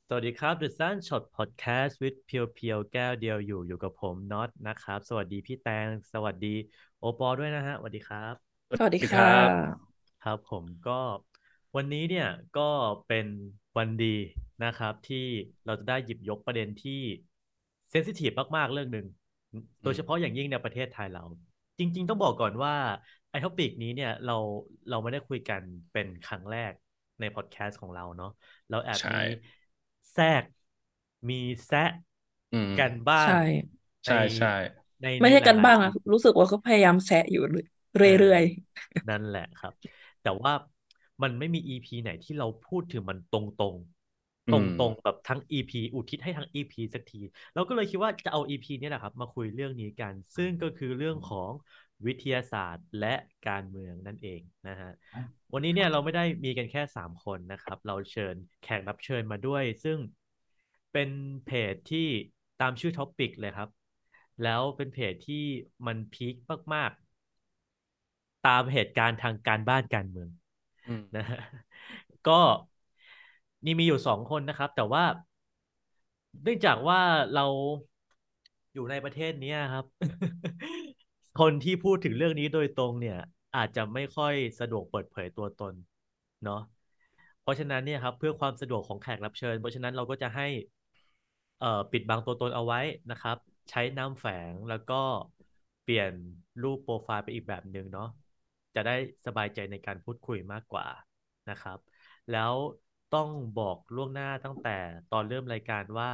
สวัสดีครับ The Sun Shot Podcast with เพียวเพียวแก้วเดียวอยู่กับผมน็อตนะครับสวัสดีพี่แตงสวัสดีโอปอด้วยนะฮะสวัสดีครับสวัสดีค่สวัสดีครับะครับผมก็วันนี้เนี่ยก็เป็นวันดีนะครับที่เราจะได้หยิบยกประเด็นที่เซนซิทีฟมากๆเรื่องหนึ่งโดอืมยเฉพาะอย่างยิ่งในประเทศไทยเราจริงๆต้องบอกก่อนว่าไอ้ท็อปิกนี้เนี่ยเราไม่ได้คุยกันเป็นครั้งแรกในพอดแคสต์ของเราเนาะ เราแอบใช่มีแทรกมีแซะอืมกันบ้างใช่ในใช่ใช่ไม่ใช่ในหกันบ้างอะลายๆอีรู้สึกว่าก็พยายามแซะอยู่เออเรื่อยนั่นแหละครับแต่ว่ามันไม่มี EP ไหนที่เราพูดถึงมันตรงๆตอืมรงๆแบบทั้ง EP อุทิศให้ทั้ง EP สักทีเราก็เลยคิดว่าจะเอา EP นี้แหละครับมาคุยเรื่องนี้กันซึ่งก็คือเรื่องของวิทยาศาสตร์และการเมืองนั่นเองนะฮะ วันนี้เนี่ยเราไม่ได้มีกันแค่3 คนนะครับเราเชิญแขกรับเชิญมาด้วยซึ่งเป็นเพจที่ตามชื่อท็อปิกเลยครับแล้วเป็นเพจที่มันพีคมากๆตามเหตุการณ์ทางการบ้านการเมืองอืมนะฮะก็นี่มีอยู่2 คนนะครับแต่ว่าเนื่องจากว่าเราอยู่ในประเทศเนี้ยครับ คนที่พูดถึงเรื่องนี้โดยตรงเนี่ยอาจจะไม่ค่อยสะดวกเปิดเผยตัวตนเนาะเพราะฉะนั้นเนี่ยครับเพื่อความสะดวกของแขกรับเชิญเพราะฉะนั้นเราก็จะให้ปิดบังตัวตนเอาไว้นะครับใช้นามแฝงแล้วก็เปลี่ยนรูปโปรไฟล์ไปอีกแบบหนึ่งเนาะจะได้สบายใจในการพูดคุยมากกว่านะครับแล้วต้องบอกล่วงหน้าตั้งแต่ตอนเริ่มรายการว่า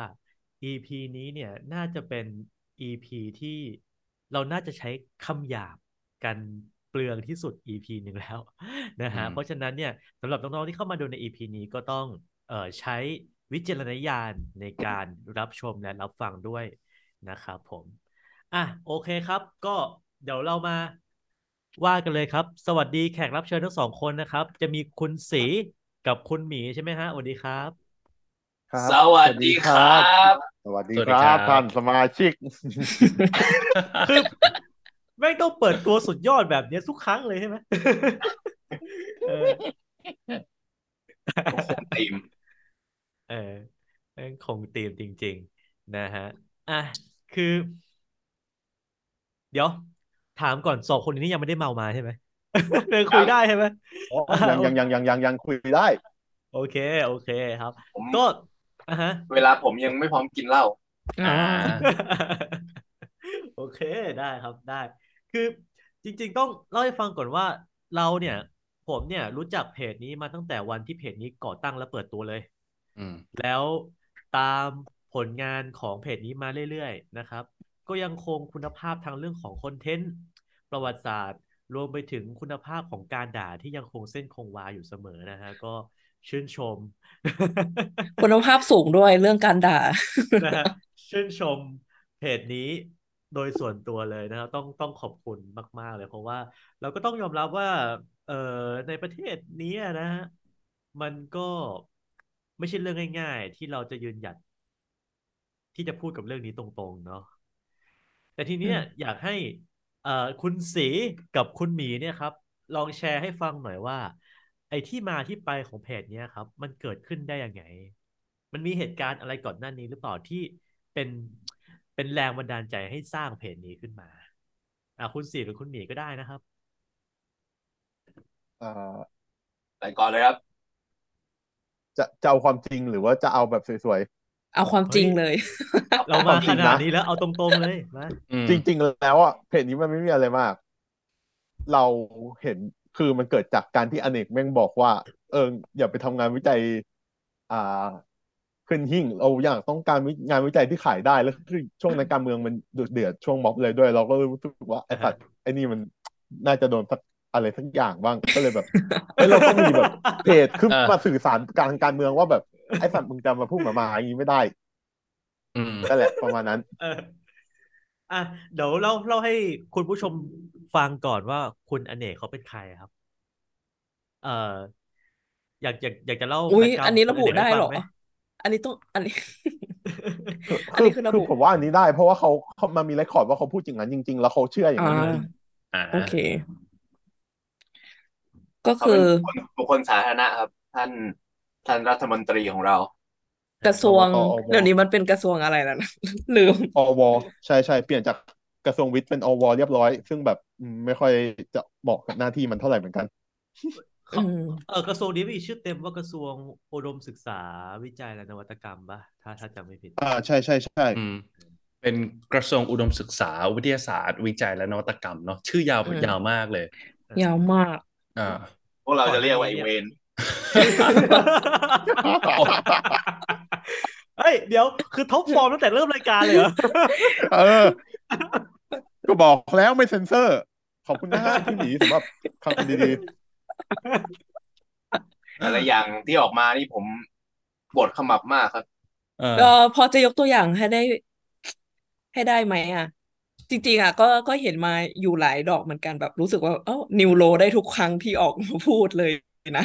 EP นี้เนี่ยน่าจะเป็น EP ที่เราน่าจะใช้คำหยาบกันเปลืองที่สุด EP หนึ่งแล้วนะอืมฮะเพราะฉะนั้นเนี่ยสำหรับน้องๆที่เข้ามาดูใน EP นี้ก็ต้องใช้วิจารณญาณในการรับชมและรับฟังด้วยนะครับผมโอเคครับก็เดี๋ยวเรามาว่ากันเลยครับสวัสดีแขกรับเชิญทั้ง2 คนนะครับจะมีคุณสีกับคุณหมีใช่ไหมฮะสวัสดีครับครับสวัสวัสดีสดีครัครับบสวัสดีสวัสดีครัครับท่านสบมาชิกคือ แม่งต้องเปิดตัวสุดยอดแบบเนี้ยทุกครั้งเลยใช่ไหมเออก็คงตีมเออแม่งคงธีมจริงๆนะฮะอ่ะคือเดี๋ยวถามก่อน2 คนนี้ยังไม่ได้เมามาใช่ไหมยังคุยยังได้ใช่ไหมอ๋ออ่ายังโอยังยังยังยังยังคุยได้โอเคโอเคครับผมก็อ่ะฮะเวลาผมยังไม่พร้อมกินเหล้าๆอ๋ออ่าโอเคได้ครับได้คือจริงๆต้องเล่าให้ฟังก่อนว่าเราเนี่ยผมเนี่ยรู้จักเพจนี้มาตั้งแต่วันที่เพจนี้ก่อตั้งและเปิดตัวเลยอืมแล้วตามผลงานของเพจนี้มาเรื่อยๆนะครับก็ยังคงคุณภาพทางเรื่องของคอนเทนต์ประวัติศาสตร์รวมไปถึงคุณภาพของการด่าที่ยังคงเส้นคงวาอยู่เสมอนะฮะก็ชื่นชมคุณภาพสูงด้วยเรื่องการด่านะฮะชื่นชมเพจนี้โดยส่วนตัวเลยนะครับต้องขอบคุณมากๆเลยเพราะว่าเราก็ต้องยอมรับว่าเอ่อในประเทศนี้นะฮะมันก็ไม่ใช่เรื่องง่ายๆที่เราจะยืนหยัดที่จะพูดกับเรื่องนี้ตรงๆเนาะแต่ทีอืเนี้ยมอยากให้คุณสีกับคุณหมีเนี่ยครับลองแชร์ให้ฟังหน่อยว่าไอ้ที่มาที่ไปของเพจเนี้ยครับมันเกิดขึ้นได้ยังไงมันมีเหตุการณ์อะไรก่อนหน้านี้หรือเปล่าที่เป็นเป็นแรงบันดาลใจให้สร้างเพจนี้ขึ้นมาคุณสีหรือคุณหมีก็ได้นะครับเอ่อแต่ก่อนเลยครับจะเอาความจริงหรือว่าจะเอาแบบสวยเอาความจเฮ้ยริงเลยเราๆความาขนาดมจริงนะนี้แล้วเอาตรงๆเลยมาอืมจริงๆแล้วอ่ะเพจนี้มันไม่มีอะไรมากเราเห็นคือมันเกิดจากการที่อเนกแม่งบอกว่าเอออย่าไปทำงานวิจัยอ่าขึ้นหิ้งเราอยากต้องการงานวิจัยที่ขายได้แล้วคือช่วงในการเมืองมันดุเดือดช่วงม็อบเลยด้วยเราก็รู้สึกว่าไอ้อ่ะฮะสัตว์ไอ้นี่มันน่าจะโดนสักอะไรสักอย่างบ้างก็เลยแบบ เฮ้ยเราต้องมีแบบเพจขึ้นเออมาสื่อสารการเมืองว่าแบบไอ้สัตว์มึงจะมาพูดหมาอย่างนี้ไม่ได้อืมนั่นแหละประมาณนั้นเอออ่ะเดี๋ยวเล่าให้คุณผู้ชมฟังก่อนว่าคุณอเนกเขาเป็นใครครับเอ่ออยากจะเล่าอุ๊ยแบ็กกราวอันนี้ระด์ของคุณอเนกบุได้เหรอให้ฟังไหมอันนี้ต้องอันนี้คืออันคือนี้คือระบุคือผมว่าอันนี้ได้เพราะว่าเขามามีเรคคอร์ดว่าเขาพูดอย่างนั้นจริงๆแล้วเขาเชื่ออย่าอ่งนั้นจริงาอ่โอเคาก็คือเขาเป็นบุคคลสาธารณะครับท่านรัฐมนตรีของเรากระทรวงอวเดี๋ยวนี้มันเป็นกระทรวงอะไรแล้วนะ ลืมอวใช่ใช่เปลี่ยนจากกระทรวงวิทย์เป็นอวเรียบร้อยซึ่งแบบไม่ค่อยจะเหมาะกับหน้าที่มันเท่าไหร่เหมือนกันอืเขามกระทรวงนี้มีชื่อเต็มว่ากระทรวงอุดมศึกษาวิจัยและนวัตกรรมป่ะถ้าจำไม่ผิดใช่ใช่ใช่อืมเป็นกระทรวงอุดมศึกษาวิทยาศาสตร์วิจัยและนวัตกรรมเนาะชื่อยาวอืยาวมมากเลยเออยาวมากอ่าพวกเราก่อนจะเรียกหน้านี้เรียกว่าไอ้เวนโอ้เฮ้ยเดี๋ยวคือท็อปฟอร์มตั้งแต่เริ่มรายการเลยเหรอเออก็บอกแล้วไม่เซ็นเซอร์ขอบคุณนะฮะพี่หมีสำหรับคำดีแต่ละอย่างที่ออกมานี่ผมปวดขมับมากครับเออพอจะยกตัวอย่างให้ได้ไหมอ่ะจริงๆอ่ะก็เห็นมาอยู่หลายดอกเหมือนกันแบบรู้สึกว่าเอ้านิวโรได้ทุกครั้งที่ออกมาพูดเลยนะ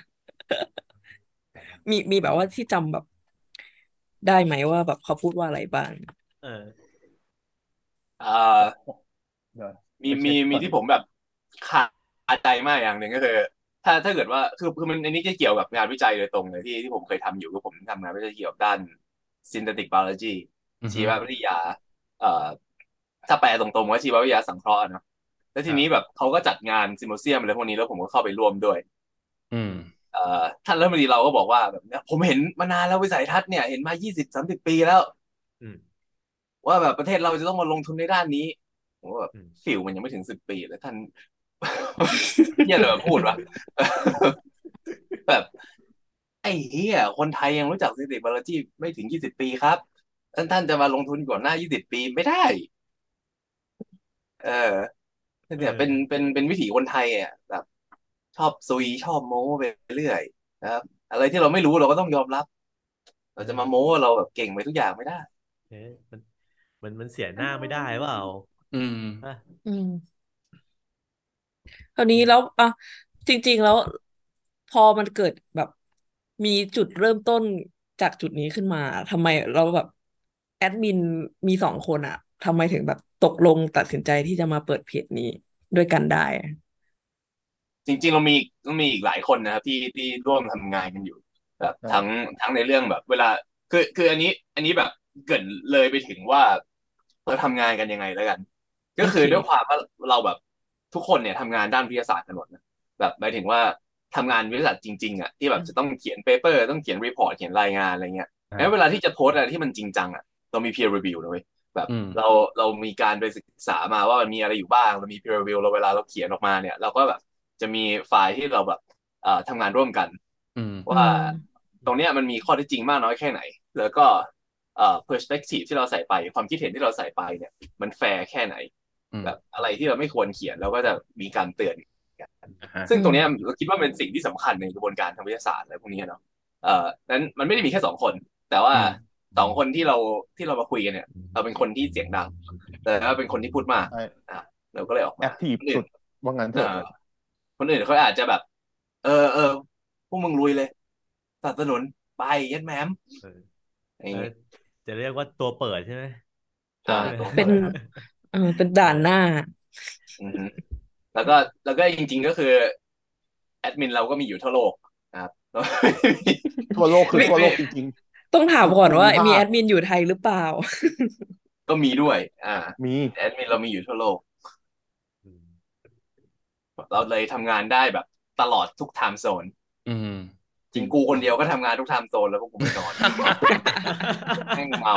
มีแบบว่าที่จำแบบได้ไหมว่าแบบเขาพูดว่าอะไรบ้างเออเอ่อๆเดี๋ยวมีไปเช็คก่อนที่ผมแบบขาดใจมากอย่างหนึ่งก็คือถ้าเกิดว่าคือมันอันนี้จะเกี่ยวกับงานวิจัยโดยตรงเลยที่ผมเคยทำอยู่คือผมทำงานวิจัยเกี่ยวกับด้าน synthetic biology อือฮึชีววิทยาเอ่อถ้าแปลตรงๆว่าชีววิทยาสังเคราะห์อะเนอะแล้วทีนี้แบบเขาก็จัดงานซิมโพเซียมอะไรพวกนี้แล้วผมก็เข้าไปร่วมด้วยอืมท่านรัฐมนตรีเราก็บอกว่าแบบเนี้ยผมเห็นมานานแล้ววิสัยทัศน์เนี่ยเห็นมา20-30 ปีแล้วอืมว่าแบบประเทศเราจะต้องมาลงทุนในด้านนี้ผมว่าแบบอืมฟิลมันยังไม่ถึง10 ปีเลยท่านเหี้ยอะไรมาพูดวะแบบไอ้เหี้ยคนไทยยังรู้จักสถิติบาโลจีไม่ถึง20 ปีครับท่านจะมาลงทุนก่อนหน้า20 ปีไม่ได้เออเอเนี่ยเป็นอวิถีคนไทยอ่ะแบบชอบซุยชอบโม้ไปเรื่อยนะครับอะไรที่เราไม่รู้เราก็ต้องยอมรับเอเราจะมาโม้อว่าเราแบบเก่งไปทุกอย่างไม่ได้เอ๊ะมันเสียหน้าไม่ได้เปล่าอืมอ่ะอืมคราวนี้อืมแล้วอ่ะจริงๆแล้วพอมันเกิดแบบมีจุดเริ่มต้นจากจุดนี้ขึ้นมาทำไมเราแบบแอดมินมี2 คนอ่ะทำไมถึงแบบตกลงตัดสินใจที่จะมาเปิดเพจนี้ด้วยกันได้อะจริงๆเรามีอีกหลายคนนะครับที่ร่วมทำงานกันอยู่แบบใช่ทั้งในเรื่องแบบเวลาคืออันนี้แบบเกรินเลยไปถึงว่าเราทำงานกันยังไงแล้วกันก็คือโอเคด้วยความว่าเราแบบทุกคนเนี่ยทำงานด้านวิทยาศาสตร์กันหมดนะแบบหมายถึงว่าทำงานวิทยาศาสตร์จริงๆอ่ะที่แบบจะต้องเขียนเปเปอร์ต้องเขียนรีพอร์ตเขียนรายงานอะไรเงี้ยแล้วเวอ่าลาที่จะโพสต์อะไรที่มันจริงจังอ่ะเรามี peer review นะเว้ย แบบอืมเรามีการไปศึกษามาว่ามันมีอะไรอยู่บ้างเรามี peer review เราเวลาเราเขียนออกมาเนี่ยเราก็แบบจะมีไฟล์ที่เราแบบทำงานร่วมกันอืมอืว่ามตรงเนี้ยมันมีข้อเท็จจริงมากน้อยแค่ไหนแล้วก็perspective ที่เราใส่ไปความคิดเห็นที่เราใส่ไปเนี่ยมันแฟร์แค่ไหนอืมแบบอะไรที่เราไม่ควรเขียนเราก็จะมีการเตือนกันอ่าฮะซึ่อืมงตรงเนี้ยเราคิดว่าเป็นสิ่งที่สำคัญในกระบวนการทางวิทยาศาสตร์อะไรพวกนี้เนาะนั้นมันไม่ได้มีแค่2 คนแต่ว่าอืม 2 คนที่เรามาคุยกันเนี่ยเราเป็นคนที่เสียงดัง แต่ถ้าเป็นคนที่พูดมากใช่อ่ะเราก็เลยออกมาแอคทีฟคนอื่นสุดว่างั้นเถเอ่ออะคนอื่นเขาอาจจะแบบเออพวกมึงลุยเลยสนับสนุนไปเย็ดแมมเออเอออย่างงี้จะเรียกว่าตัวเปิดใช่ไหมใช่ตัวเป็นเปิดเป็นด่านหน้าเอออือฮึแล้วก็จริงๆก็คือแอดมินเราก็มีอยู่ทั่วโลกนะครับแล้วทั่วโลกคือทั่วโลไม่กจริงต้องถาๆทุกมก่อนว่าภูมิภาคมีแอดมินอยู่ไทยหรือเปล่าก็มีด้วยมีแอดมินเรามีอยู่ทั่วโลกอืมเราเลยทำงานได้แบบตลอดทุกไทม์โซนอืมจริงจริงกูคนเดียวก็ทำงานทุกไทม์โซนแล้วพวกกูไม่นอนแม่งเมา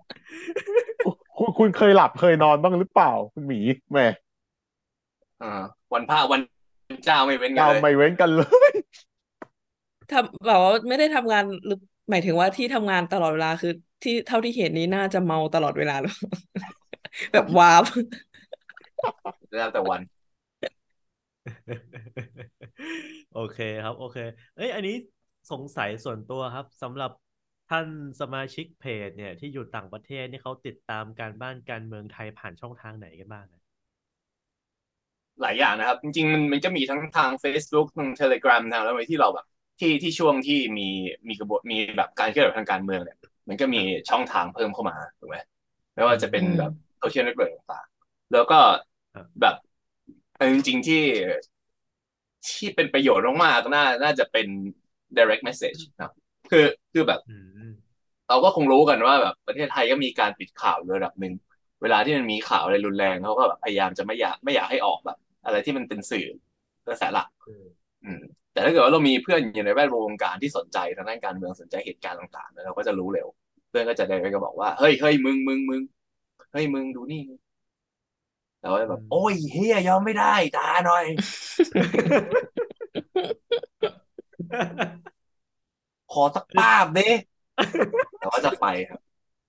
คุณเคยหลับเคยนอนบ้างหรือเปล่าคุณหมีแหมอ่าวันพระวันเจ้าไม่เว้นกันเจ้าเลยไม่เว้นกันเลยทำแบบว่าไม่ได้ทำงานหรือหมายถึงว่าที่ทำงานตลอดเวลาคือที่เท่าที่เห็นนี้น่าจะเมาตลอดเวลาเลยแบบวาร์ปแล้วแต่วันโอเคครับโอเคเอ้ยอันนี้สงสัยส่วนตัวครับสำหรับท่านสมาชิกเพจเนี่ยที่อยู่ต่างประเทศนี่เขาติดตามการบ้านการเมืองไทยผ่านช่องทางไหนกันบ้างนะหลายอย่างนะครับจริงๆมันจะมีทั้งทาง Facebook ทาง Telegram ทางอะไรที่เราแบบที่ช่วงที่มีกระบวนมีแบบการเคลื่อนไหวทางการเมืองเนี่ยมันก็มีครับช่องทางเพิ่มเข้ามาถูกไหมไม่อืว่าจะเป็นอืมแบบโซเชียลเน็ตเวิร์กต่างๆแล้วก็ครับแบบจริงๆที่เป็นประโยชน์มากๆน่าจะเป็น direct message นะครับคือแบบอืมเราก็คงรู้กันว่าแบบประเทศไทยก็มีการปิดข่าวอยู่ระดับหนึ่งเวลาที่มันมีข่าวอะไรรุนแรงเขาก็แบบพยายามจะไม่อยากให้ออกแบบอะไรที่มันเป็นสื่อกระแสหลักอืมอืมแต่ถ้าเกิดว่าเรามีเพื่อนอยู่ในแวดวงการที่สนใจทางด้านการเมืองสนใจเหตุการณ์ต่างๆเราก็จะรู้เร็วเพื่อนก็จะเดินไปก็บอกว่าเฮ้ยมึงเฮ้ยมึงดูนี่เราก็จะอืแบบโอ้ยมเฮียยอมไม่ได้ด่าหน่อยขอสักป้าบเด้เราก็จะไปครับ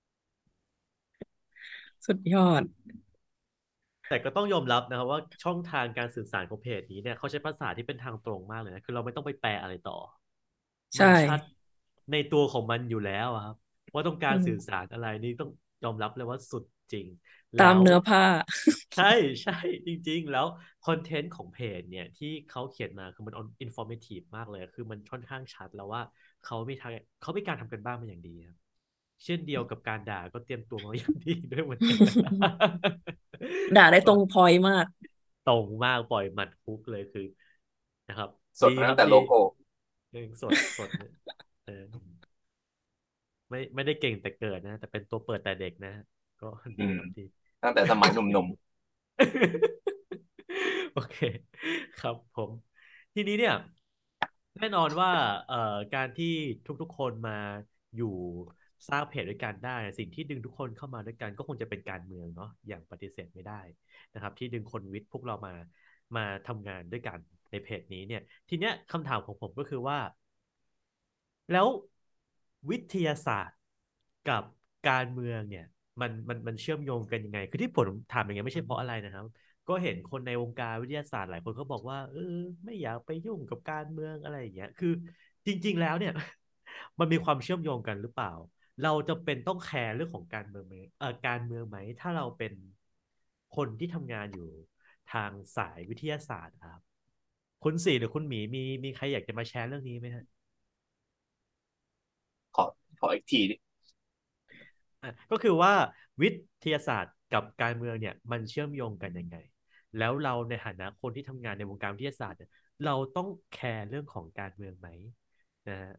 สุดยอดแต่ก็ต้องยอมรับนะครับว่าช่องทางการสื่อสารของเพจนี้เนี่ยเขาใช้ภาษาที่เป็นทางตรงมากเลยนะคือเราไม่ต้องไปแปลอะไรต่อมัใช่นชัดในตัวของมันอยู่แล้วอะครับว่าต้องกาอืรสื่อมสารอะไรนี่ต้องยอมรับเลยว่าสุดจริงตามแล้วเนื้อผ้าใช่ใช่จริงๆแล้วคอนเทนต์ของเพจเนี่ยที่เขาเขียนมาคือมันอินฟอร์เมทีฟมากเลยคือมันค่อนข้างชัดแล้วว่าเขามีทางเขามีการทำกันบ้านมาอย่างดีครับเช่นเดียวกับการด่าก็เตรียมตัวมาอย่างดีด้วยเหมือนกันด่าได้ตรงพอยต์มากตรงมากปล่อยหมัดฮุกเลยคือนะครับดีสดมาครับดีตั้งแต่โลโก้เรื่องสดเนี่ยเออไม่ได้เก่งแต่เกิดนะแต่เป็นตัวเปิดแต่เด็กนะก็อืมดีครับดีตั้งแต่สมัยหนุ่มโอเคครับผมทีนี้เนี่ยแน่นอนว่าการที่ทุกๆคนมาอยู่สร้างเพจด้วยกันได้สิ่งที่ดึงทุกคนเข้ามาด้วยกันก็คงจะเป็นการเมืองเนาะอย่างปฏิเสธไม่ได้นะครับที่ดึงคนวิทย์พวกเรามาทำงานด้วยกันในเพจนี้เนี่ยทีเนี้ยคำถามของผมก็คือว่า แล้ววิทยาศาสตร์กับการเมืองเนี่ยมันเชื่อมโยงกันยังไงคือที่ผมถามอย่างเงี้ยไม่ใช่เพราะอะไรนะครับก็เห็นคนในวงการวิทยาศาสตร์หลายคนก็บอกว่าไม่อยากไปยุ่งกับการเมืองอะไรอย่างเงี้ยคือจริงๆแล้วเนี่ยมันมีความเชื่อมโยงกันหรือเปล่าเราจะเป็นต้องแคร์เรื่องของการเมืองไหมการเมืองไหมถ้าเราเป็นคนที่ทำงานอยู่ทางสายวิทยาศาสตร์ครับคุณสี่หรือคุณหมีมีใครอยากจะมาแชร์เรื่องนี้ไหมฮะๆขออีกทีดิก็คือว่าวิทยาศาสตร์กับการเมืองเนี่ยมันเชื่อมโยงกันยังไงแล้วเราในฐานะคนที่ทำงานในวงการวิทยาศาสตร์เนี่ยเราต้องแคร์เรื่องของการเมืองไหมนะฮะ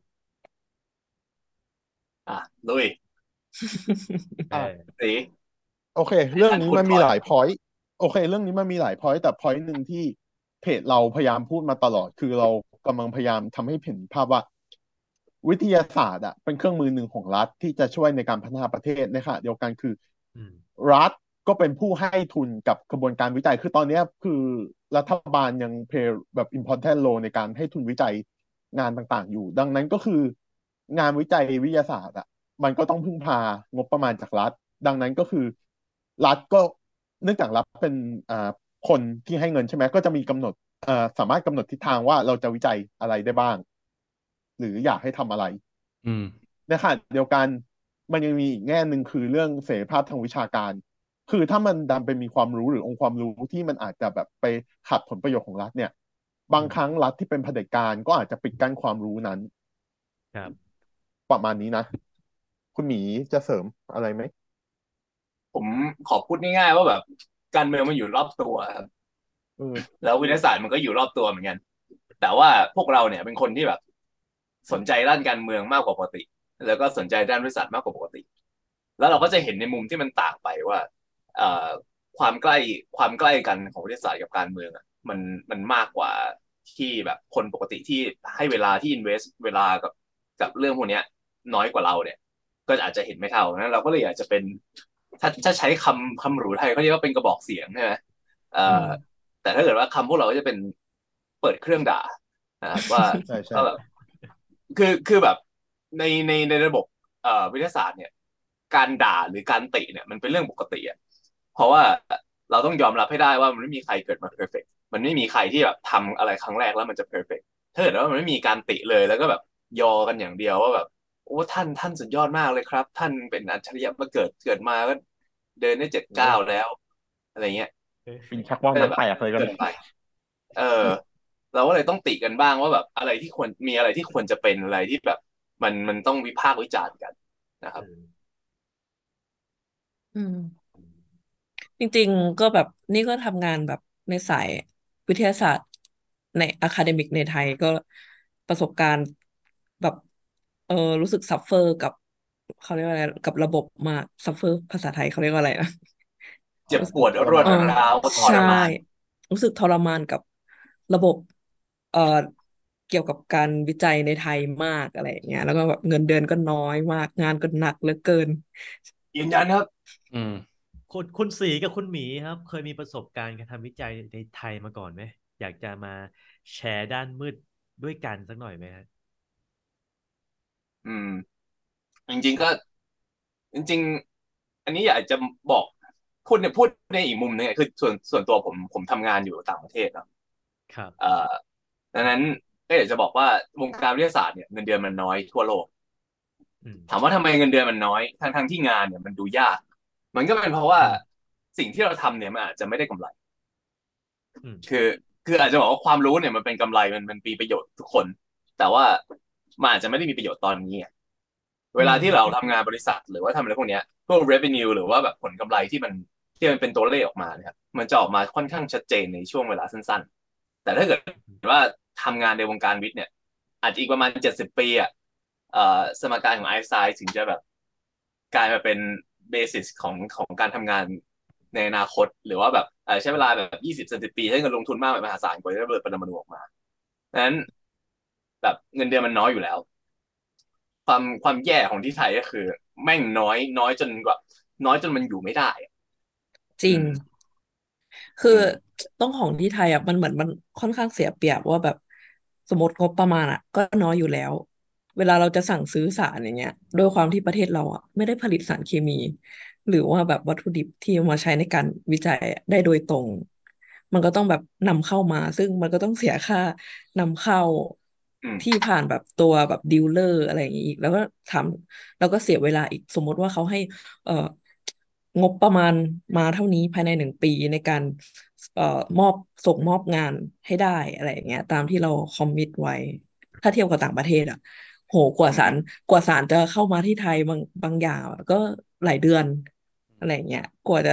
อ่ะลุยเออ่ะอสีโอเคเรื่องให้ท่านนี้มันมีหพูดก่อนลายพอยต์โอเคเรื่องนี้มันมีหลายพอยต์แต่พอยต์หนึ่งที่เพจเราพยายามพูดมาตลอดคือเรากำลังพยายามทำให้เห็นภาพว่าวิทยาศาสตร์อ่ะเป็นเครื่องมือหนึ่งของรัฐที่จะช่วยในการพัฒนาประเทศนะคะเดียวกันคืออืมรัฐก็เป็นผู้ให้ทุนกับกระบวนการวิจัยคือตอนเนี้ยคือรัฐบาลยัง play แบบ important role ในการให้ทุนวิจัยงานต่างๆอยู่ดังนั้นก็คืองานวิจัยวิทยาศาสตร์อ่ะมันก็ต้องพึ่งพางบประมาณจากรัฐ ดังนั้นก็คือรัฐก็เนื่องจากรัฐเป็นอ่าคนที่ให้เงินใช่ไหมก็จะมีกำหนดสามารถกำหนดทิศทางว่าเราจะวิจัยอะไรได้บ้างหรืออยากให้ทำอะไรอืมนะคะเดียวกันมันยังมีอีกแง่หนึ่งคือเรื่องเสรีภาพทางวิชาการคือถ้ามันดันไปมีความรู้หรือองค์ความรู้ที่มันอาจจะแบบไปขัดผลประโยชน์ของรัฐเนี่ยบาอืมงครั้งรัฐที่เป็นเผด็จการก็อาจจะปิดกั้นความรู้นั้นครับประมาณนี้นะคุณหมีจะเสริมอะไรไหมผมขอพูดง่ายๆว่าแบบการเมืองมันอยู่รอบตัวครับเออแล้ววิทยาศาสตร์มันก็อยู่รอบตัวเหมือนกันแต่ว่าพวกเราเนี่ยเป็นคนที่แบบสนใจด้านการเมืองมากกว่าปกติแล้วก็สนใจด้านวิทยาศาสตร์มากกว่าปกติแล้วเราก็จะเห็นในมุมที่มันต่างไปว่าเอ่อความใกล้ความใกล้กันของวิทยาศาสตร์กับการเมืองอ่ะมันมากกว่าที่แบบคนปกติที่ให้เวลาที่ invest เวลากับเรื่องพวกเนี้ยน้อยกว่าเราเนี่ย ก็อาจจะเห็นไม่เท่านั้นเราก็เลยอยากจะเป็นถ้าใช้คำหรูไทยเขาเรียกว่าเป็นกระบอกเสียงใช่ไหมเอ่ออืมแต่ถ้าเกิดว่าคำพวกเราก็จะเป็นเปิดเครื่องด่านะครับว่าใช่ใช่ว่าแบบคือแบบในระบบวิทยาศาสตร์เนี่ยการด่าหรือการติเนี่ยมันเป็นเรื่องปกติอ่ะเพราะว่าเราต้องยอมรับให้ได้ว่ามันไม่มีใครเกิดมาเพอร์เฟกต์มันไม่มีใครที่แบบทำอะไรครั้งแรกแล้วมันจะเพอร์เฟกต์ถ้าเกิดว่ามันไม่มีการติเลยแล้วก็แบบยอกันอย่างเดียวว่าแบบ โอ้ท่านสุดยอดมากเลยครับท่านเป็นอัจฉริยะมาเกิดมาก็เดินได้7 ก้าวแล้วอะไรเงี้ยปิงชักว่าวน้ำแตก็จะแบบกเลยกันเกินไปเออเราก็เลยต้องติกันบ้างว่าแบบอะไรที่ควรมีอะไรที่ควรจะเป็นอะไรที่แบบมันต้องวิพากษ์วิจารณ์กันนะครับเอออืมจริงๆก็แบบนี่ก็ทำงานแบบในสายวิทยาศาสตร์ในอะคาเดมิกในไทยก็ประสบการณ์แบบรู้สึกซัฟเฟอร์กับเขาเรียกว่าอะไรกับระบบมากซัฟเฟอร์ภาษาไทยเขาเรียกว่าอะไรนะเจ็บรู้สึกปวดรวดทรมานร้าวทใช่รมานรู้สึกทรมานกับระบบเอ่อเกี่ยวกับการวิจัยในไทยมากอะไรอย่างเงี้ยแล้วก็แบบเงินเดือนก็น้อยมากงานก็หนักเหลือเกินยืนยันครับอืมคุณสีกับคุณหมีครับเคยมีประสบการณ์การทำวิจัยในไทยมาก่อนไหมอยากจะมาแชร์ด้านมืดด้วยกันสักหน่อยไหมฮะอืมจริงๆก็จริงๆอันนี้อยากจะบอกพูดในอีกมุมหนึงอะคือส่วนตัวผมทำงานอยู่ต่างประเทศเนาะครับเอ่อดังนั้นก็อยากจะบอกว่าวงการวิทยาศาสตร์เนี่ยเงินเดือนมันน้อยทั่วโลกอืมถามว่าทำไมเงินเดือนมันน้อยทั้งที่งานเนี่ยมันดูยากมันก็เป็นเพราะว่าอืมสิ่งที่เราทำเนี่ยมันอาจจะไม่ได้กำไรอืมคืออาจจะบอกว่าความรู้เนี่ยมันเป็นกำไรมันมีประโยชน์ทุกคนแต่ว่ามันอาจจะไม่ได้มีประโยชน์ตอนนี้ไงเวอืมลาที่เราทำงานบริษัทหรือว่าทำอะไรพวกเนี้ยพวก revenue หรือว่าแบบผลกำไรที่มันเป็นตัวเลขออกมาเนี่ยครับมันจะออกมาค่อนข้างชัดเจนในช่วงเวลาสั้นๆแต่ถ้าเกิดว่าทำงานในวงการวิทย์เนี่ยอาจจะอีกประมาณ70 ปีอ่ะสมการของไอน์สไตน์ถึงจะแบบกลายมาเป็นเบสิสของการทำงานในอนาคตหรือว่าแบบใช้เวลาแบบ20-30 ปีให้เงินลงทุนมากมหาศาลกว่าจะระเบิดปรมาณูออกมาดังนั้นแบบเงินเดือนมันน้อยอยู่แล้วความแย่ของที่ไทยก็คือแม่งน้อยจนแบบน้อยจนมันอยู่ไม่ได้อะจริงอืมคืออืมต้องของที่ไทยอ่ะมันเหมือนมันค่อนข้างเสียเปรียบว่าแบบสมมติงบประมาณอ่ะก็น้อยอยู่แล้วเวลาเราจะสั่งซื้อสารอย่างเงี้ยด้วยความที่ประเทศเราอ่ะไม่ได้ผลิตสารเคมีหรือว่าแบบวัตถุดิบที่เอามาใช้ในการวิจัยอะได้โดยตรงมันก็ต้องแบบนำเข้ามาซึ่งมันก็ต้องเสียค่านำเข้าอืมที่ผ่านแบบตัวแบบดีลเลอร์อะไรอย่างงี้อีกแล้วก็ทำแล้วก็เสียเวลาอีกสมมติว่าเขาให้เอ่องบประมาณมาเท่านี้ภายใน1 ปีในการมอบส่งมอบงานให้ได้อะไรอย่างเงี้ยตามที่เราคอมมิตไว้ถ้าเทียบกับต่างประเทศอ่ะโหอืมกว่าศาลจะเข้ามาที่ไทยบางอย่างก็หลายเดือนอะไรอย่างเงี้ยกว่าจะ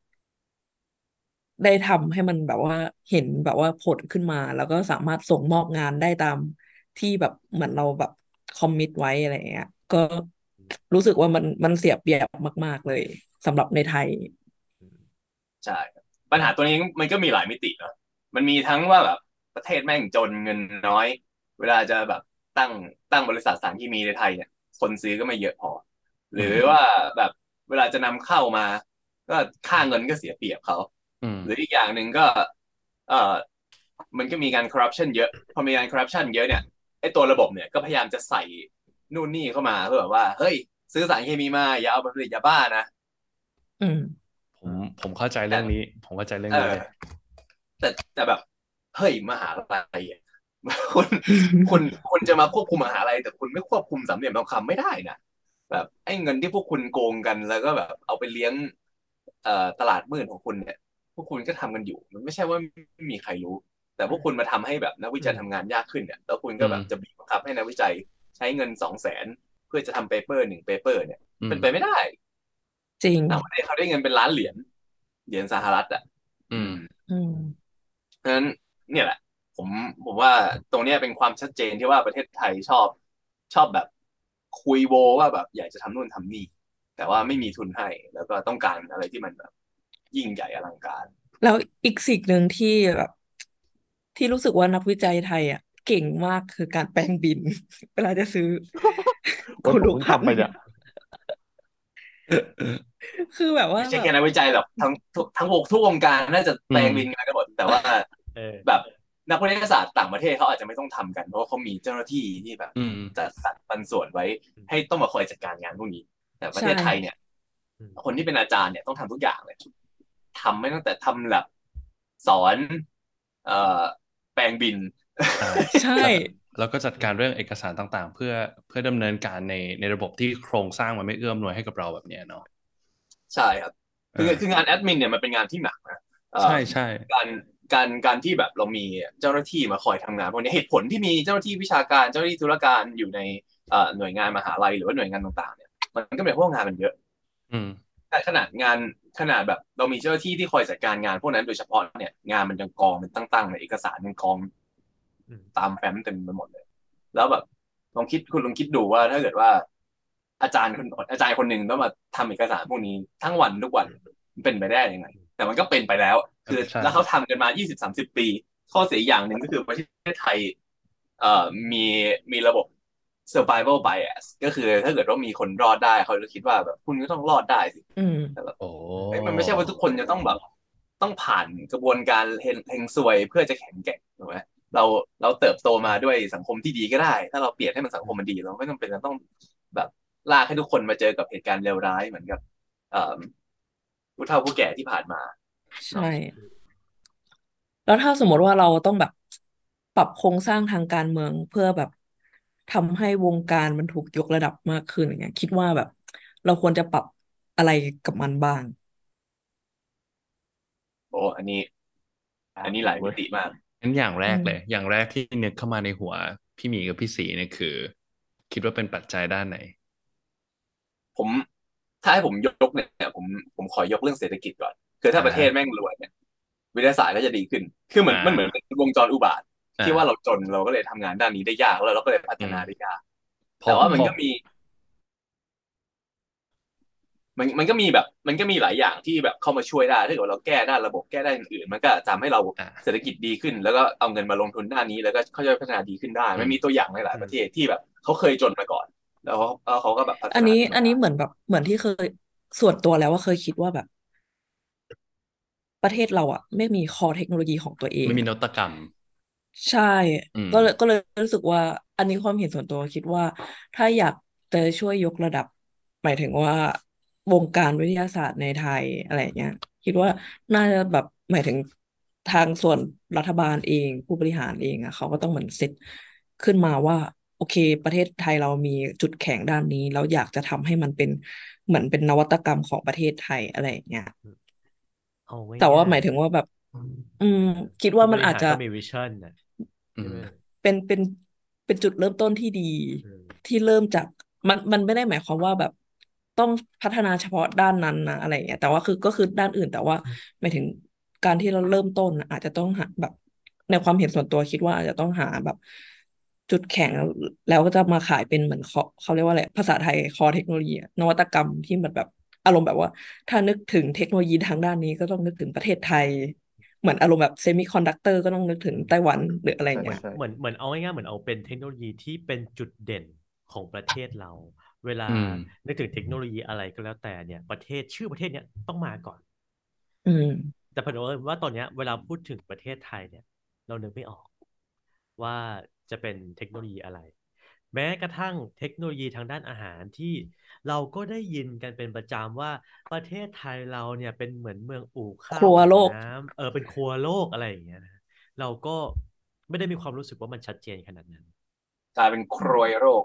ได้ทำให้มันแบบว่าเห็นแบบว่าผลขึ้นมาแล้วก็สามารถส่งมอบงานได้ตามที่แบบเหมือนเราแบบคอมมิตไว้อะไรอย่างเงี้ยก็รู้สึกว่ามันเสียเปรียบมากๆเลยสำหรับในไทยอืมใช่ครับปัญหาตัวนี้มันก็มีหลายมิติเนาะมันมีทั้งว่าแบบประเทศแม่งจนเงินน้อยเวลาจะแบบตั้งตั้งบริษัทสารเคมีในไทยเนี่ยคนซื้อก็ไม่เยอะพอหรืออืมว่าแบบเวลาจะนำเข้ามาก็ค่าเงินก็เสียเปรียบเขาอืมหรืออีกอย่างหนึ่งก็เออมันก็มีการคอร์รัปชันเยอะพอมีการคอร์รัปชันเยอะเนี่ยไอ้ตัวระบบเนี่ยก็พยายามจะใส่นู่นนี่เข้ามาเพื่อแบบว่าเฮ้ยซื้อสารเคมีมาอย่าเอาไปผลิตยาบ้านะอืมผมเข้าใจเรื่องแต่นี้ผมเข้าใจเรื่อเอองนี้เลยแต่แบบเฮ้ยมหาลัยอะคุณคุณคุณจะมาควบคุมมหาลัยแต่คุณไม่ควบคุมสามเหลี่ยมทองคำไม่ได้นะแบบไอ้เงินที่พวกคุณโกงกันแล้วก็แบบเอาไปเลี้ยงตลาดมืดของคุณเนี่ยพวกคุณก็ทำกันอยู่มันไม่ใช่ว่าไม่มีใครรู้ แต่พวกคุณมาทำให้แบบนักวิอืมจัยทำงานยากขึ้นเนี่ยแล้วคุณอืมก็แบบจะบีบบังคับให้นักวิจัยใช้เงิน200,000เพื่อจะทำเปเปอร์1 เปเปอร์เนี่ยอืมเป็นไปไม่ได้จริงต่างประเทศเขาได้เงินเป็นล้านเหรียญเหรียญสหรัฐอ่ะอืมอืมอืมเพราะฉะนั้นเนี่ยแหละผมผมว่าตรงเนี้ยเป็นความชัดเจนที่ว่าประเทศไทยชอบแบบคุยโวว่าแบบอยากจะทำนู่นทำนี่แต่ว่าไม่มีทุนให้แล้วก็ต้องการอะไรที่มันแบบยิ่งใหญ่อลังการแล้วอีกสิ่งหนึ่งที่แบบที่รู้สึกว่านักวิจัยไทยอ่ะเก่งมากคือการแปลงบินเวลาจะซื้อโอ้ยคุผมเพิ่งณลูกค้าทำไปเนี่ยคือแบบว่าไม่ใช่แบบแค่นักวิจัยหรอกทั้งวงการน่าจะอืมแปลงบินกันกันหมดแต่ว่าเออแบบนักวิทยาศาสตร์ต่างประเทศเขาอาจจะไม่ต้องทำกันเพราะว่าเขามีเจ้าหน้าที่ที่แบบอืมจัดสรรปันส่วนไว้ให้ต้องมาคอยจัดการงานพวกนี้แต่ประใช่เทศไทยเนี่ยอืมคนที่เป็นอาจารย์เนี่ยต้องทำทุกอย่างเลยทำไม่ตั้งแต่ทำแลบสอนเอ่อแปลงบินอ่าใช่แล้วแล้วก็จัดการเรื่องเอกสารต่างๆเพื่อดำเนินการในระบบที่โครงสร้างมันไม่เอื้อมหน่วยให้กับเราแบบเนี้ยเนาะใช่ครับคืองาอ่านแอดมินเนี่ยมันเป็นงานที่หนักนะใช่ใช่การการที่แบบเรามีเจ้าหน้าที่มาคอยทำงานพวกนี้เหตุผลที่มีเจ้าหน้าที่วิชาการเจ้าหน้าที่ธุรการอยู่ในหน่วยงานมหาลัยหรือว่าหน่วยงานต่างๆเนี่ยมันก็เป็นเพราะว่างานมันเยอะอืมแต่ขนาดแบบเรามีเจ้าหน้าที่ที่คอยจัดการงานพวกนั้นโดยเฉพาะเนี่ยงานมันยังกองเป็นตั้งๆในเอกสารยังกองอืมตามแฟ้มเต็มไปหมดเลยแล้วแบบคุณลองคิดดูว่าถ้าเกิดว่าอาจารย์คนหนึ่งต้องมาทำเอกสารพวกนี้ทั้งวันทุกวันมันเป็นไปได้ยังไงแต่มันก็เป็นไปแล้วคือใช่แล้วเขาทำกันมา20-30 ปีข้อเสียอย่างหนึ่งก็คือประเทศไทยมีระบบ survival bias ก็คือถ้าเกิดว่ามีคนรอดได้เขาจะคิดว่าแบบคุณก็ต้องรอดได้สิอืมแต่แบบโอ้เฮ้ยมันไม่ใช่ว่าทุกคนจะต้องแบบต้องผ่านกระบวนการเฮงซวยเพื่อจะแข็งแกร่งถูกไหมเราเราเติบโตมาด้วยสังคมที่ดีก็ได้ถ้าเราเปลี่ยนให้มันสังคมมันดีเราไม่จำเป็นจะต้องแบบลากให้ทุกคนมาเจอกับเหตุการณ์เลวร้ายเหมือนกับเอ่อผู้เฒ่าผู้แก่ที่ผ่านมาใช่เนาะแล้วถ้าสมมติว่าเราต้องแบบปรับโครงสร้างทางการเมืองเพื่อแบบทำให้วงการมันถูกยกระดับมากขึ้นอย่างเงี้ยคิดว่าแบบเราควรจะปรับอะไรกับมันบ้างโอ้อันนี้หลายมิเว้ยติมากงั้นอย่างแรอืมกเลยอย่างแรกที่นึกเข้ามาในหัวพี่หมีกับพี่สีเนี่ยคือคิดว่าเป็นปัจจัยด้านไหนผมถ้าให้ผมยกเนี่ยผมขอยกเรื่องเศรษฐกิจก่อนคือถ้าอ่าประเทศแม่งรวยเนี่ยวิทยาศาสตร์ก็จะดีขึ้นคือเหมือ่อนมันเหมือนาเป็นวงจรอุบาทที่ว่าเราอ่าจนเราก็เลยทำงานด้านนี้ได้ยากแล้วเราก็เลยพัฒอืมนาได้ยากพอแต่ว่าพอมันก็มีแบบมันก็มีหลายอย่างที่แบบเข้ามาช่วยได้ถ้าเกิดว่าเราแก้ด้านระบบแก้ด้านอื่นๆมันก็ทำให้เราเศรษฐอ่ากิจดีขึ้นแล้วก็เอาเงินมาลงทุนด้านนี้แล้วก็เขาจะพัฒนาดีขึ้นได้อืมมันมีตัวอย่างในหลายอืมประเทศที่แบบเขาเคยจนมาก่อนแล้วเขาก็แบบพัฒนาอันนี้อันนี้ขึ้นมาได้เหมือนแบบเหมือนที่เคยส่วนตัวแล้วว่าเคยคิดว่าแบบประเทศเราอ่ะไม่มีคอเทคโนโลยีของตัวเองไม่มีอะนวัตกรรมใช่อืมก็เลยรู้สึกว่าอันนี้ความเห็นส่วนตัวคิดว่าถ้าอยากจะช่วยยกระดับหมายถึงว่าวงการวิทยาศาสตร์ในไทยอะไรอย่างเงี้ยคิดว่าน่าจะแบบหมายถึงทางส่วนรัฐบาลเองผู้บริหารเองอ่ะเขาก็ต้องเหมือนเซตขึ้นมาว่าโอเคประเทศไทยเรามีจุดแข็งด้านนี้แล้วอยากจะทำให้มันเป็นเหมือนเป็นนวัตกรรมของประเทศไทยอะไรอย่างเงี้ยเอาแต่ว่าหมายง่ายถึงว่าแบบอืมๆคิดผู้บริว่ามันอาจจะหารก็มีวิชั่นนะอืมใช่ไหมเป็นเป็นจุดเริ่มต้นที่ดีอืมที่เริ่มจากมันไม่ได้หมายความว่าแบบต้องพัฒนาเฉพาะด้านนั้นนะอะไรอย่างเงี้ยแต่ว่าคือก็คือด้านอื่นแต่ว่าหมายถึงการที่เราเริ่มต้นน่ะอาจจะต้องหาแบบในความเห็นส่วนตัวคิดว่าอาจจะต้องหาแบบจุดแข็งแล้วก็จะมาขายเป็นเหมือนเขาเรียกว่าอะไรภาษาไทยคอเทคโนโลยีอะนวัตกรรมที่มันแบบอารมณ์แบบว่าถ้านึกถึงเทคโนโลยีทางด้านนี้ก็ต้องนึกถึงประเทศไทยเหมือนอารมณ์แบบเซมิคอนดักเตอร์ก็ต้องนึกถึงไต้หวันหรืออะไรใช่เงี้ยใช่เหมือนเอาง่ายๆเหมือนเอาเป็นเทคโนโลยีที่เป็นจุดเด่นของประเทศเราเวลาอืมนึกถึงเทคโนโลยีอะไรก็แล้วแต่เนี่ยประเทศชื่อประเทศเนี้ยต้องมาก่อนอืมแต่เผอิญว่าตอนเนี้ยเวลาพูดถึงประเทศไทยเนี่ยเรานึกไม่ออกว่าจะเป็นเทคโนโลยีอะไรแม้กระทั่งเทคโนโลยีทางด้านอาหารที่เราก็ได้ยินกันเป็นประจำว่าประเทศไทยเราเนี่ยเป็นเหมือนเมืองอู่คข้าวอู่รัวโลกน้ำเป็นครัวโลกอะไรอย่างเงี้ยนะเราก็ไม่ได้มีความรู้สึกว่ามันชัดเจนขนาดนั้นกลายเป็นโครยโรค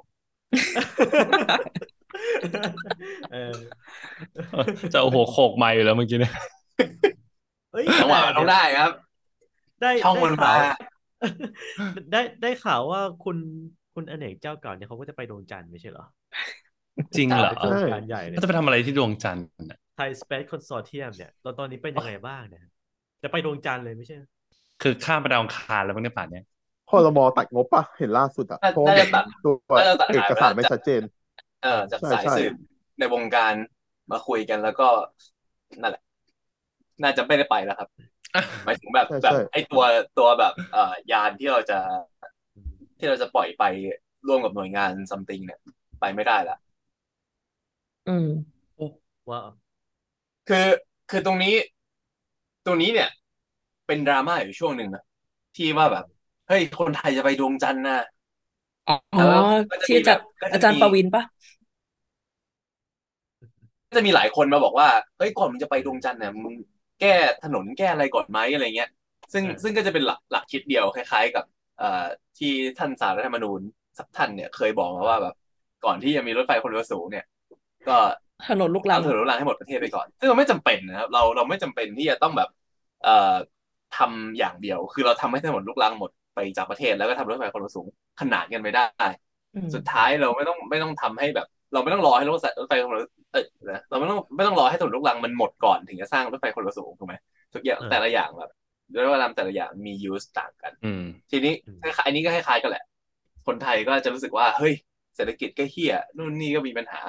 เออจะโอ้โหโขกไมค์อยู่แล้วเมื่อกี้เนี่ยเอ้ยจังหแต่วะมันต้องเดี๋ยวได้ครับได้ช่องมันมาได้ข่าวได้ข่าวว่าคุณอเนกเจ้าเก่าเนี่ยเขาก็จะไปดวงจันทร์ไม่ใช่เหรอจริงเหรอข่าวเป็นโครใช่งการใหญ่เลยเขาจะไปทำอะไรที่ดวงจันทร์น่ะไทยสเปซคอนโซเทียมเนี่ยตอนนี้เป็นยังไงบ้างเนี่ยจะไปดวงจันทร์เลยไม่ใช่เหรอคือข้ามไปดาวอังคารแล้วมั้งในป่านเนี้ยพรบตัดงบปะเห็นล่าสุดอะน่าเพราะว่าเหมือนน่าจะตัดตัวน่าจะตัดเอกสารหายไปแล้วไม่ชัดเจนจากใช่ใช่สายสืบในวงการมาคุยกันแล้วก็นั่นแหละน่าจะไม่ได้ไปแล้วครับอ่ะหมายถึงแบบใช่ใช่แบบไอ้ตัวแบบยานที่เราจะปล่อยไปร่วมกับหน่วยงานซัมติงเนี่ยไปไม่ได้ละอืมโอ้ว่าคือคือตรงนี้เนี่ยเป็นดราม่าอยู่ช่วงหนึ่งนะที่ว่าแบบเฮ้ยคนไทยจะไปดวงจันทร์นะอ๋อแล้วก็จะที่มีแบบก็จะมีอาจารย์ประวินปะก็จะมีหลายคนมาบอกว่าเฮ้ยก่อนมึงจะไปดวงจันทร์เนี่ยมึงแก้ถนนแก้อะไรก่อนไหมอะไรเงี้ยซึ่งก็จะเป็นหลักคิดเดียวคล้ายๆกับเอ่อที่ท่านศาลรัฐธรรมนูญสักท่านเนี่ยเคยบอกมาว่าแบบก่อนที่จะมีรถไฟความเร็วสูงเนี่ยก็ถนนลูกรังเอาถนนรางให้หมดประเทศไปก่อนซึ่งเราไม่จำเป็นนะครับเราไม่จำเป็นที่จะต้องแบบเอ่อทำอย่างเดียวคือเราทำให้ถนนลูกรังหมดไปจากประเทศแล้วก็ทำรถไฟความเร็วสูงขนานกันไปได้อืมสุดท้ายเราไม่ต้องทำให้แบบเราไม่ต้องรอให้รถไฟความเร็ว นะเราไม่ต้องรอให้ถนนลูกรังมันหมดก่อนถึงจะสร้างรถไฟความเร็วสูงถูกไหมทุกอย่างแต่ละเอออย่างแบบด้วยว่าแต่ละอย่างมี use ต่างกันอืมทีนี้อืมอันนี้ก็คล้ายๆกันแหละคนไทยก็จะรู้สึกว่าเฮ้ยเศรษฐกิจก็เฮี้ยนู่นนี่ก็มีปัญหา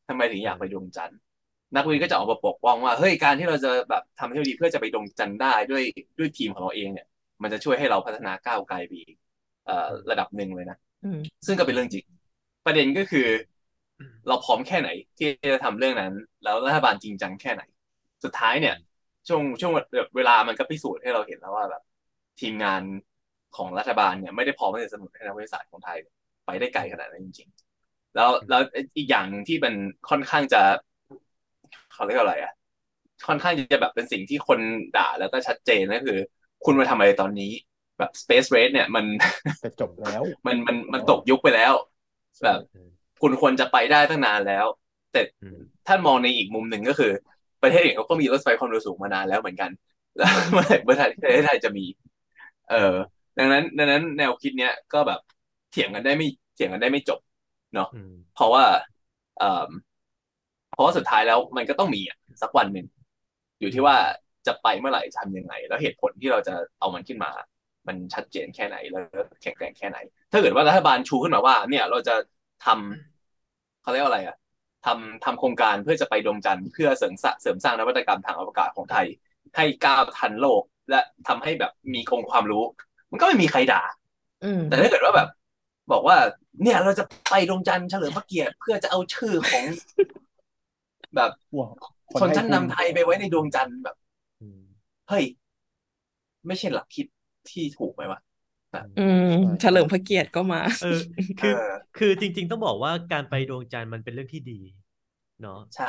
ทำไมถึงอยากไปดวงจันทร์นักวิทย์ก็จะออกมาปกป้องว่าเฮ้ยการที่เราจะแบบทำเทคโนโลยีเพื่อจะไปดวงจันทร์ได้ด้วยทีมของเราเองเนี่ยมันจะช่วยให้เราพัฒนาก้าวไกลไปอีกระดับหนึ่งเลยนะซึ่งก็เป็นเรื่องจริงประเด็นก็คือเราพร้อมแค่ไหนที่จะทำเรื่องนั้นแล้วรัฐบาลจริงจังแค่ไหนสุดท้ายเนี่ยช่วงเวลามันก็พิสูจน์ให้เราเห็นแล้วว่าแบบทีมงานของรัฐบาลเนี่ยไม่ได้พร้อมที่จะสนับสนุนให้นักวิทยาศาสตร์ของไทยไปได้ไกลขนาดนั้นจริงๆแล้วอีกอย่างหนึ่งที่มันค่อนข้างจะเขาเรียกอะไรอ่ะค่อนข้างจะแบบเป็นสิ่งที่คนด่าแล้วก็ชัดเจนก็คือ คุณมาทำอะไรตอนนี้แบบ Space Race เนี่ยมันจะจบแล้วมันตกยุคไปแล้วแบบคุณควรจะไปได้ตั้งนานแล้ว แต่ถ้ามองในอีกมุมหนึ่งก็คือ ประเทศอื่นเขาก็มีรถไฟความเร็วสูงมานานแล้วเหมือนกันแล้วเมื่อไหร่ประเทศไทยจะมีเออดังนั้นแนวคิดเนี้ยก็แบบเถียงกันได้ไม่จบเนาะเพราะว่าเอ่อเพราะว่าสุดท้ายแล้วมันก็ต้องมีสักวันหนึ่งอยู่ที่ว่าจะไปเมื่อไหร่ทำยังไงแล้วเหตุผลที่เราจะเอามันขึ้นมา มันชัดเจนแค่ไหนแล้วแข็งแกร่งแค่ไหนถ้าเกิดว่ารัฐบาลชูขึ้นมาว่าเนี่ยเราจะทำเขาเรียกว่าอะไรอ่ะทำโครงการเพื่อจะไปดวงจันทร์เพื่อเสริมสร้างนวัตกรรมทางอวกาศของไทยให้ก้าวทันโลกและทำให้แบบมีองค์ความรู้มันก็ไม่มีใครด่าแต่ถ้าเกิดว่าแบบบอกว่าเนี่ยเราจะไปดวงจันทร์เฉลิมพระเกียรติเพื่อจะเอาชื่อของแบบชนชั้นนำไทยไปไว้ในดวงจันทร์แบบเฮ้ยไม่ใช่หลักคิดที่ถูกไหมวะเฉลิมพระเกียรติก็มาคือคือจริงๆต้องบอกว่าการไปดวงจันทร์มันเป็นเรื่องที่ดีเนาะใช่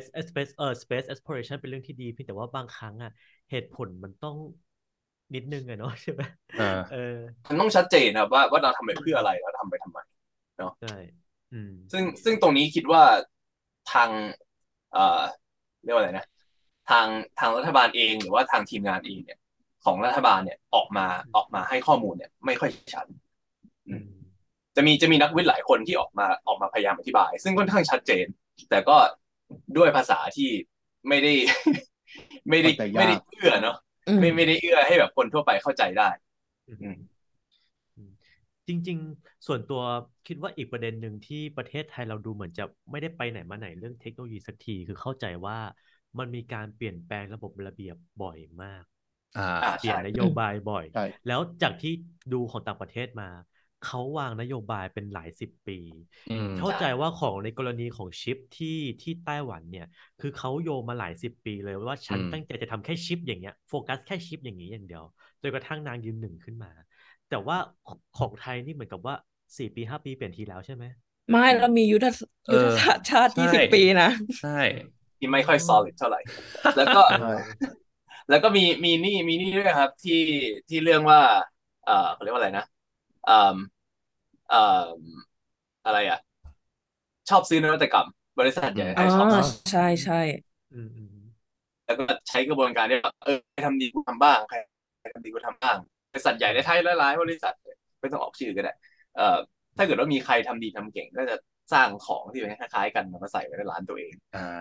space exploration เป็นเรื่องที่ดีเพียงแต่ว่าบางครั้งเหตุผลมันต้องนิดนึงเนาะใช่ไหมมันต้องชัดเจนครับว่าเราทำไปเพื่ออะไรเราทำไปทำไมเนาะใช่ซึ่งตรงนี้คิดว่าทางเอ่อเรียกว่าอะไรนะทางรัฐบาลเองหรือว่าทางทีมงานเองเนี่ยของรัฐบาลเนี่ยออกมาให้ข้อมูลเนี่ยไม่ค่อยชัดจะมีนักวิทย์หลายคนที่ออกมาพยายามอธิบาย ซึ่งค่อนข้างชัดเจน แต่ก็ด้วยภาษาที่ไม่ได้ไม่ได้เอื้อเนาะไม่ได้เอื้อให้แบบคนทั่วไปเข้าใจได้จริงๆส่วนตัวคิดว่าอีกประเด็นหนึ่งที่ประเทศไทยเราดูเหมือนจะไม่ได้ไปไหนมาไหนเรื่องเทคโนโลยีสักทีคือเข้าใจว่ามันมีการเปลี่ยนแปลงระบบระเบียบบ่อยมากเปลี่ยนนโยบายบ่อยแล้วจากที่ดูของต่างประเทศมาเขาวางนโยบายเป็นหลายสิบปีเข้าใจว่าของในกรณีของชิปที่ไต้หวันเนี่ยคือเขาโยงมาหลายสิบปีเลยว่าฉันตั้งใจจะทำแค่ชิปอย่างเงี้ยโฟกัสแค่ชิปอย่างนี้อย่างเดียวจนกระทั่งนางยืนหนึ่งขึ้นมาแต่ว่าของไทยนี่เหมือนกับว่า4 ปี 5 ปีเปลี่ยนทีแล้วใช่ไหมไม่เรามียุทธศาสตร์ชาติ20 ปีนะใช่ที่ไม่ค่อย solid เท่าไหร่แล้วก็มีนี่ด้วยครับที่เรื่องว่าเขาเรียกว่าอะไรนะเอ่อเอ่ออะไรอ่ะชอบซื้อนวัตกรรมบริษัทใหญ่ชอบใช่ใช่แล้วก็ใช้กระบวนการที่ใครทำดีกูทำบ้างใครทำดีกูทำบ้างบริษัทใหญ่ในไทยหลายๆบริษัทไม่ต้องออกชื่อก็ได้ถ้าเกิดว่ามีใครทำดีทำเก่งก็จะสร้างของที่เป็นคล้ายๆกันมาใส่ไว้ในร้านตัวเอง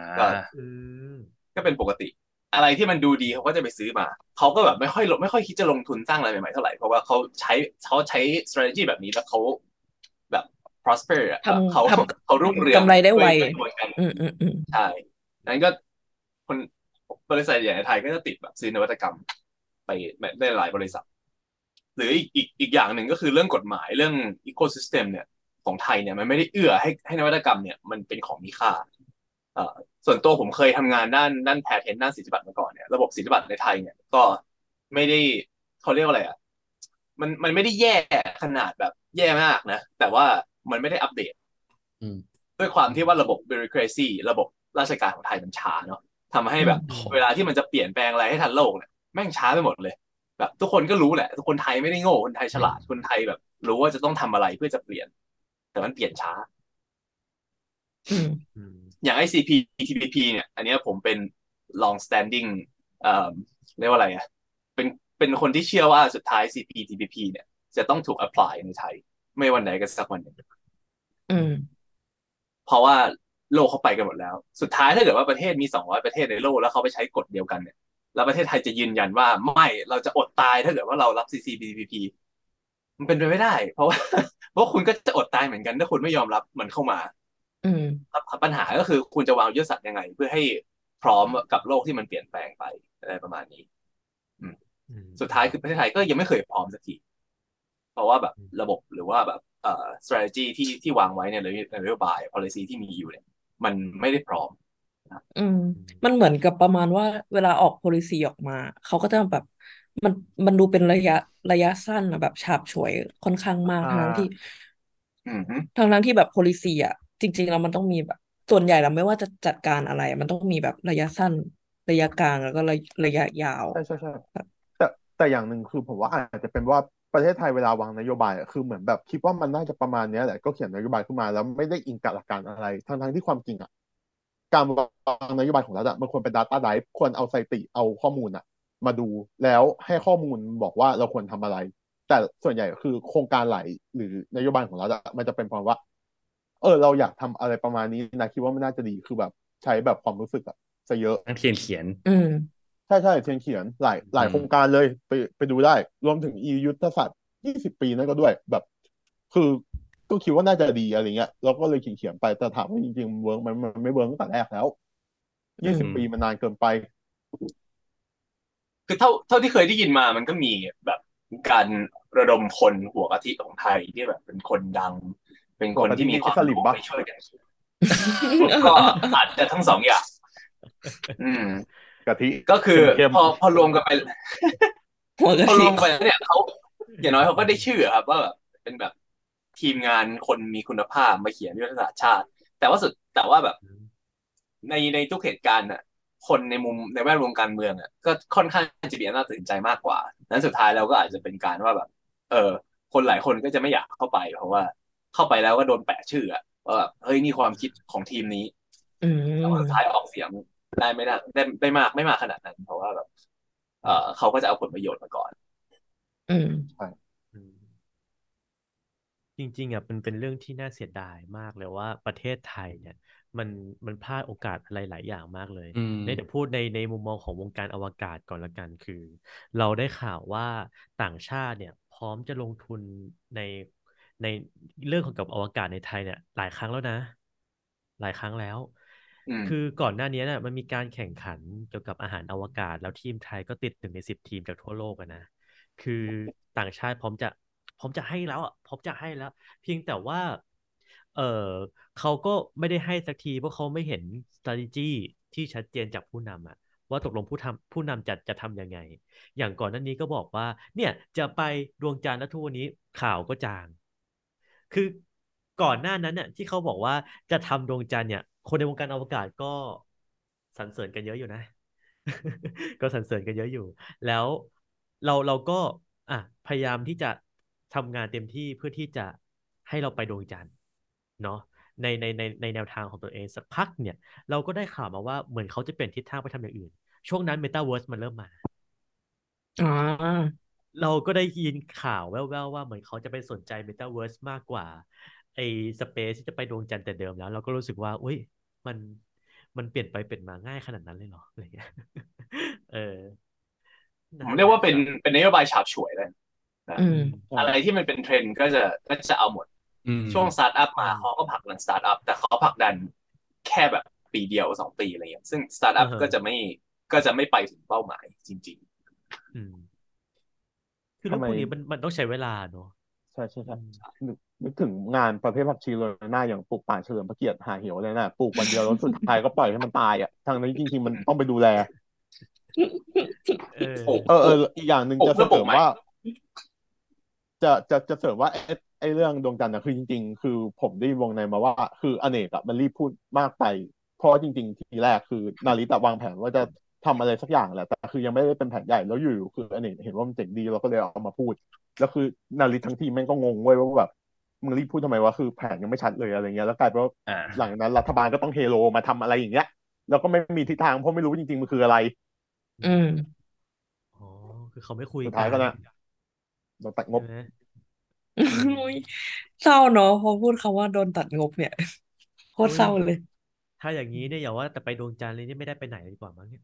ก็เป็นปกติอะไรที่มันดูดีเขาก็จะไปซื้อมาเขาก็แบบไม่ค่อยคิดจะลงทุนสร้างอะไรใหม่ๆเท่าไหร่เพราะว่าเขาใช้ strategy แบบนี้แล้วเขาแบบ prosper เขารุ่งเรืองกำไรได้ไวใช่นั้นก็คนบริษัทใหญ่ในไทยก็จะติดแบบซื้อนวัตกรรมไปได้หลายบริษัทหรืออีกอย่างหนึ่งก็คือเรื่องกฎหมายเรื่อง ecosystem เนี่ยของไทยเนี่ยมันไม่ได้เอื้อให้นวัตกรรมเนี่ยมันเป็นของมีค่าส่วนตัวผมเคยทำงานด้านแพทย์ด้านสิทธิบัตรมาก่อนเนี่ยระบบสิทธิบัตรในไทยเนี่ยก็ไม่ได้เขาเรียกว่าอะไรมันไม่ได้แย่ขนาดแบบแย่มากนะแต่ว่ามันไม่ได้อัปเดตด้วยความที่ว่าระบบ bureaucracy ระบบราชการของไทยมันช้าเนาะทำให้แบบเวลาที่มันจะเปลี่ยนแปลงอะไรให้ทันโลกเนี่ยแม่งช้าไปหมดเลยแบบทุกคนก็รู้แหละทุกคนไทยไม่ได้โง่คนไทยฉลาดคนไทยแบบรู้ว่าจะต้องทำอะไรเพื่อจะเปลี่ยนแต่มันเปลี่ยนช้าอย่าง ICP TPP เนี่ยอันนี้ผมเป็น long standing เรียกว่าอะไรเป็นคนที่เชื่อว่าสุดท้าย CPTPP เนี่ยจะต้องถูก apply ในไทยไม่วันไหนก็สักวันหนึ่งเพราะว่าโลกเขาไปกันหมดแล้วสุดท้ายถ้าเกิดว่าประเทศมี200ประเทศในโลกแล้วเขาไปใช้กฎเดียวกันเนี่ยแล้วประเทศไทยจะยืนยันว่าไม่เราจะอดตายถ้าเกิดว่าเรารับ CPTPP มันเป็นไปไม่ได้เพราะว่าคุณก็จะอดตายเหมือนกันถ้าคุณไม่ยอมรับมันเข้ามาอืมปัญหาก็คือคุณจะวางยุทธศาสตร์ยังไงเพื่อให้พร้อมกับโลกที่มันเปลี่ยนแปลงไปอะไรประมาณนี้อืมอืมสุดท้ายคือประเทศไทยก็ยังไม่เคยพร้อมสักทีเพราะว่าแบบอืมระบบหรือว่าแบบstrategy ที่วางไว้ในนโยบาย policy ที่มีอยู่เนี่ยมันไม่ได้พร้อมนะอืมอืมมันเหมือนกับประมาณว่าเวลาออก policy ออกมาเขาก็จะแบบมันมันดูเป็นระยะสั้นอะแบบฉาบฉวยค่อนข้างมากอ่ทั้งที่าอืมฮึทั้งที่แบบ policy อ่ะจริงๆแล้วมันต้องมีแบบส่วนใหญ่แล้วไม่ว่าจะจัดการอะไรมันต้องมีแบบระยะสั้นระยะกลางแล้วก็ระยะยาวใช่แต่แต่อย่างหนึ่งคือผมว่าอาจจะเป็นว่าประเทศไทยเวลาวางนโยบายอะคือเหมือนแบบคิดว่ามันน่าจะประมาณเนี้ยแหละก็เขียนนโยบายขึ้นมาแล้วไม่ได้อิงกับหลักการอะไรทั้งที่ความจริงอ่ะการวางนโยบายของรัฐอะมันควรเป็น Data Drive ควรเอาสถิติเอาข้อมูลอ่ะมาดูแล้วให้ข้อมูลบอกว่าเราควรทำอะไรแต่ส่วนใหญ่คือโครงการหลายหรือนโยบายของรัฐอะมันจะเป็นประมาณว่าเราอยากทำอะไรประมาณนี้นะคิดว่ามันน่าจะดีคือแบบใช้แบบความรู้สึกอะซะเยอะทั้งเขียนอืมใช่เขียนหลายโครงอืมการเลยไปดูได้รวมถึงอียุทธศาสตร์20 ปีนั่นก็ด้วยแบบคือก็คิดว่าน่าจะดีอะไรเงี้ยเราก็เลยเขียนไปแต่ถามว่าจริงๆเวิร์กมันไม่เวิร์กตั้งแต่แรกแล้วอืยี่สิบปีมมันนานเกินไปคือเท่าที่เคยได้ยินมามันก็มีแบบการระดมคนหัวกะทิของไทยที่แบบเป็นคนดังเป็นหัวกะทินี่คนที่มีความสลิมปะรู้ไปช่วยกันก็อาจจะทั้งสองอย่างอืมกะทิก็คือเข้มพอรวมกันไปหัวพกะทิอรวมไปแล้วเนี่ยเขาอย่างน้อยเขาก็ได้ชื่อครับว่าแบบเป็นแบบทีมงานคนมีคุณภาพมาเขียนยุทธศาสตร์ชาติแต่ว่าแบบในทุกเหตุการณ์น่ะคนในแวดวงการเมืองอ่ะก็ค่อนข้างจะมีอำนาจตัดสินใจมากกว่านั้นสุดท้ายเราก็อาจจะเป็นการว่าแบบเออคนหลายคนก็จะไม่อยากเข้าไปเพราะว่าเข้าไปแล้วก็โดนแปะชื่ออะว่าแบบเฮ้ยนี่ความคิดของทีมนี้อืแต่ว่าสุดท้ายมออกเสียงได้ไม่มากไม่มากขนาดนั้นเพราะว่าแบบเขาก็จะเอาผลประโยชน์มาก่อนอืมใช่อืม จริงๆอ่ะเป็นเรื่องที่น่าเสียดายมากเลยว่าประเทศไทยเนี่ยมันมันพลาดโอกาสอะไรหลายอย่างมากเลยอืมเนี่ยเดี๋ยวพูดในมุมมองของวงการอวกาศก่อนละกันคือเราได้ข่าวว่าต่างชาติเนี่ยพร้อมจะลงทุนในในเรื่องของกับอวกาศในไทยเนี่ยหลายครั้งแล้วนะหลายครั้งแล้วอืมคือก่อนหน้านี้น่ะมันมีการแข่งขันเกี่ยวกับอาหารอวกาศแล้วทีมไทยก็ติด1 ใน 10ทีมจากทั่วโลกอะนะ คือต่างชาติพร้อมจะให้แล้วอ่ะพร้อมจะให้แล้วเพียงแต่ว่าเออเขาก็ไม่ได้ให้สักทีเพราะเขาไม่เห็น strategy ที่ชัดเจนจากผู้นำอ่ะว่าตกลงผู้นำจะทำยังไงอย่างก่อนหน้านี้ก็บอกว่าเนี่ยจะไปดวงจันทร์แล้วทุกวันนี้ข่าวก็จางคือก่อนหน้านั้นเนี่ยที่เขาบอกว่าจะทำดวงจันทร์เนี่ยคนในวงการอวกาศก็สรรเสริญกันเยอะอยู่นะก็สรรเสริญกันเยอะอยู่ แล้วเราก็อ่ะพยายามที่จะทำงานเต็มที่เพื่อที่จะให้เราไปดวงจันทร์เนาะในแนวทางของตัวเองสักพักเนี่ยเราก็ได้ข่าวมาว่าเหมือนเขาจะเปลี่ยนทิศทางไปทำอย่างอื่นช่วงนั้น Metaverse มันเริ่มมาอ่าเราก็ได้ยินข่าวแว่วๆว่าเหมือนเขาจะไปสนใจ Metaverse มากกว่าไอ้สเปซที่จะไปดวงจันทร์แต่เดิมแล้วเราก็รู้สึกว่าอุ้ยมันมันเปลี่ยนไปเปลี่ยนมาง่ายขนาดนั้นเลยเหรออะไรเงี้ยเออผมนั่นแหละเรียกว่าเป็นนโยบายฉาบฉวยเลยนะอืมอืมใช่อะไรที่มันเป็นเทรนด์ก็จะเอาหมดอืมช่วงสตาร์ทอัพอืมาเขามก็ผลักดันสตาร์ทอัพแต่เขาผลักดันแค่แบบปีเดียว2 ปีอะไรเงี้ยซึ่งสตาร์ทอัพเออก็จะไม่ไปถึงเป้าหมายจริงอืมคือเรื่ทำไมองพวกนี้มันต้องใช้เวลาเนอะใช่อืมนึกถึงงานประเภทผักชีโรยหน้าอย่างปลูกป่าเฉลิมพระเกียรติหาเหวเลยนะปลูกวันเดียวแล้วสุดท้ายก็ปล่อยให้มันตายอ่ะทางนี้จริงๆมันต้องไปดูแลเอๆปลูกอปลูกอีกอย่างหนึ่งปลูกจะเพื่อปลูกใหม่เสริมว่าจะเสริมว่าไอ้เรื่องดวงจันทร์นะคือจริงๆคือผมได้ยินวงในมาว่าคืออเนกอะมันรีบพูดมากไปเพราะว่าจริงๆทีแรกคือนาริตะวางแผนว่าจะทำอะไรสักอย่างแหละแต่คือยังไม่ได้เป็นแผนใหญ่แล้วอยู่ๆคืออเนกเห็นว่ามันเจ๋งดีเราก็เลยเอามาพูดแล้วคือนาริตทั้งทีมแม่งก็งงเว้ยว่าแบบมึงรีบพูดทำไมวะคือแผนยังไม่ชัดเลยอะไรเงี้ยแล้วกลายเป็นว่าอ่หลังาจากนั้นรัฐบาลก็ต้องเฮโลมาทำอะไรอย่างเงี้ยแล้วก็ไม่มีทิศทางเพราะไม่รู้จริงๆมันคืออะไรอืมอืมอ๋อคือเขาไม่คุยสุดท้ายกันก็นะโดนตัดงบใช่ไหมอืมอุ๊ยเศร้าเนาะพอพูดคำว่าโดนตัดงบเนี่ยโคตรอุ้ยเศร้าเลยถ้าอย่างนี้เนี่ยอย่าว่าแต่ไปดวงจันทร์เลยนี่ไม่ได้ไปไหนเลยดีกว่ามั้งเนี่ย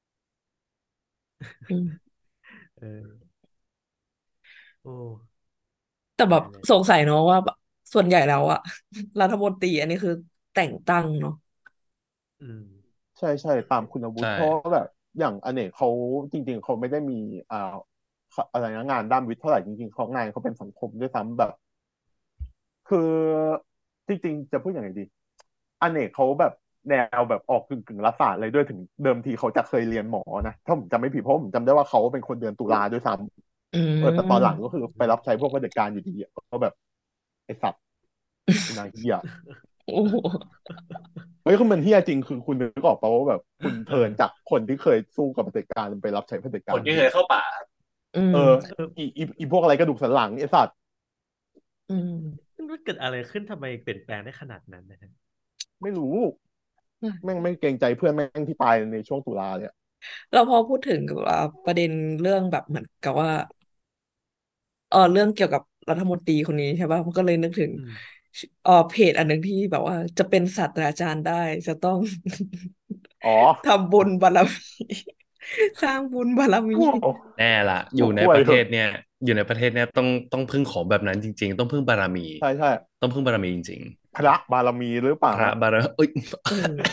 อืมเออโอ้แต่แบบตายเลยสงสัยเนาะว่าแบบส่วนใหญ่แล้วอะรัฐมนตรีอันนี้คือแต่งตั้งเนาะอืมใช่ใช่ตามคุณวุใช่ฒิเพราะว่าแบบอย่างอเนกเขาจริงๆเขาไม่ได้มีอ่าอะไรนะงานด้านวิทย์เท่าไหร่จริงๆเขางานเขาเป็นสังคมด้วยซ้ำแบบคือจริงๆจะพูดอย่างไรดีอเนกเขาแบบแนวแบบออกกึ่งรัฐศาสตร์เลยด้วยถึงเดิมทีเขาจะเคยเรียนหมอนะถ้าผมจำไม่ผิดเพราะผมจำได้ว่าเขาเป็นคนเดือนตุลาด้วยซ้อืำแต่ตอนหลังก็มคือไปรับใช้พวกเผด็จการอยู่ดีอะก็แบบไอสัตว์ไอ้นายเฮียโอ้โหเฮ้ยคือมันเฮี้ยจริงคือคุณนึกออกป่าว่าแบบคุณเอเทิร์นอจากคนที่เคยสู้กับเผด็จการไปรับใช้เผด็จคนที่เคการคือแบบยเข้าป่าอืเออมเอออีพวกอะไรกระดูกสันหลังไอ้สัตว์อืมมันเกิดอะไรขึ้นทำไมเปลี่ยนแปลงได้ขนาดนั้นนะฮะไม่รู้แม่งไม่เกรงใจเพื่อนแม่งที่ตายในช่วงตุลาเนี่ยเราพอพูดถึงประเด็นเรื่องแบบเหมือนกับว่าเรื่องเกี่ยวกับรัฐมนตรีคนนี้ใช่ป่ะมันก็เลยนึกถึงอืมเพจอันหนึ่งที่แบบว่าจะเป็นศาสตราจารย์ได้จะต้องอ๋อทำบุญบารมีสร้างบุญบารมีโอ้แน่ละอหัยู่ในประเทวกล้วยเหอะศเนี่ยอยู่ในประเทศเนี่ยต้องพึ่งของแบบนั้นจริงๆต้องพึ่งบารมีใช่ใช่ต้องพึ่งบารมีจริงพระบารมีหรือเปๆพระล่าฮะบารเอ้ยเออ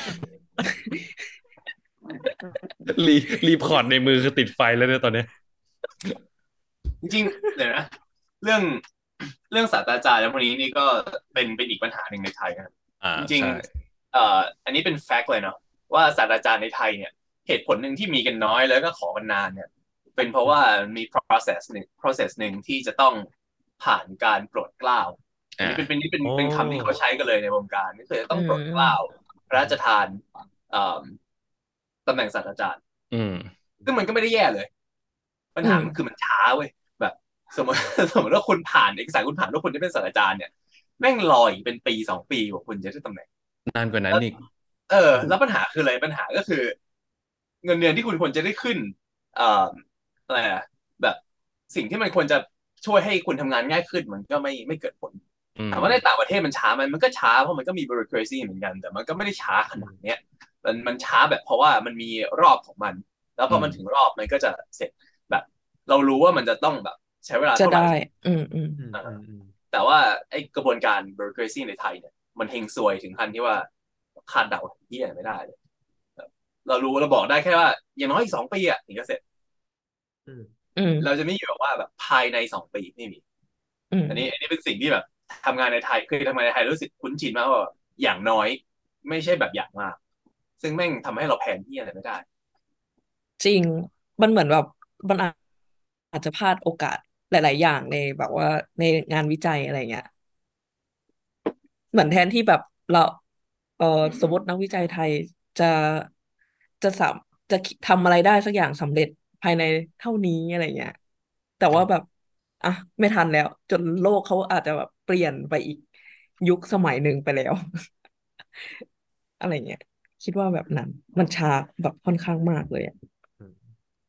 รีรีพอร์ตในมือคือติดไฟแล้วเนี่ยตอนเนี้ยจริงๆเดี๋ยวนะเรื่องเรื่องศาสตราจารย์แล้วพวกนี้นี่ก็เป็นอีกปัญหาหนึ่งในไทยนะครับจริงใช่ๆอันนี้เป็นแฟกต์เลยเนาะว่าศาสตราจารย์ในไทยเนี่ยเหตุผลหนึ่งที่มีกันน้อยแล้วก็ขอกันนานเนี่ยเป็นเพราะว่าอืมมี process หนึ่งที่จะต้องผ่านการโปรดเกล้าอันอ่านี้เป็นนี่เป็นโอ้เป็นคำที่เขาใช้กันเลยในวงการก็คือจะอืต้องโปรดเกล้ามพระราชทานเอ่อตำแหน่งศาสตราจารย์อืมซึ่งมันก็ไม่ได้แย่เลยปัญอืมหามันคือมันช้าเว้ยแบบสมมติสมมติว่าคุณผ่านเอกสารคุณผ่านว่าคุณจะเป็นศาสตราจารย์เนี่ยแม่งรออีกเป็นปี2 ปีกว่าคุณจะได้ตำแหน่งนานกว่านั้นแล้วอีกแล้วปัญหาคืออะไรปัญหาก็คือเงินเดือนที่คุณควรจะได้ขึ้นเอ่ออะไรอะแบบสิ่งที่มันควรจะช่วยให้คุณทำงานง่ายขึ้นมันก็ไม่เกิดผลอืมถามว่าในต่างประเทศมันช้าไหมมันก็ช้าเพราะมันก็มี bureaucracy เหมือนกันแต่มันก็ไม่ได้ช้าขอืมนาดเนี้ยมันช้าแบบเพราะว่ามันมีรอบของมัน แล้วพอืมอมันถึงรอบมันก็จะเสร็จแบบเรารู้ว่ามันจะต้องแบบใช้เวลาจะได้เท่าไหร่อืมอืมอืมอ่าอืมอืมแต่ว่าไอ้กระบวนการ bureaucracy ในไทยเนี่ยมันเฮงซวยถึงขั้นที่ว่าคาดเดาที่ไหนไม่ได้เลยเรารู้เราบอกได้แค่ว่าอย่างน้อยอีก2 ปีอ่ะถึงจะเสร็จอืมอืมเราจะไม่อยู่แบบว่าแบบภายใน2 ปีไม่มีอืมอันนี้เป็นสิ่งที่แบบทำงานในไทยคือทำงานในไทยรู้สึกคุ้นชินมากว่าอย่างน้อยไม่ใช่แบบอย่างมากซึ่งแม่งทำให้เราแผนที่อะไรไม่ได้จริงมันเหมือนแบบมันอาจจะพลาดโอกาสหลายๆอย่างในแบบว่าในงานวิจัยอะไรเงี้ย เหมือนแทนที่แบบเราเออสมมตินักวิจัยไทยจะจะสามจะทำอะไรได้สักอย่างสำเร็จภายในเท่านี้อะไรเงี้ยแต่ว่าแบบอ่ะไม่ทันแล้วจนโลกเขาอาจจะแบบเปลี่ยนไปอีกยุคสมัยหนึ่งไปแล้วอะไรเงี้ยคิดว่าแบบนั้นมันช้าแบบค่อนข้างมากเลยอะอืม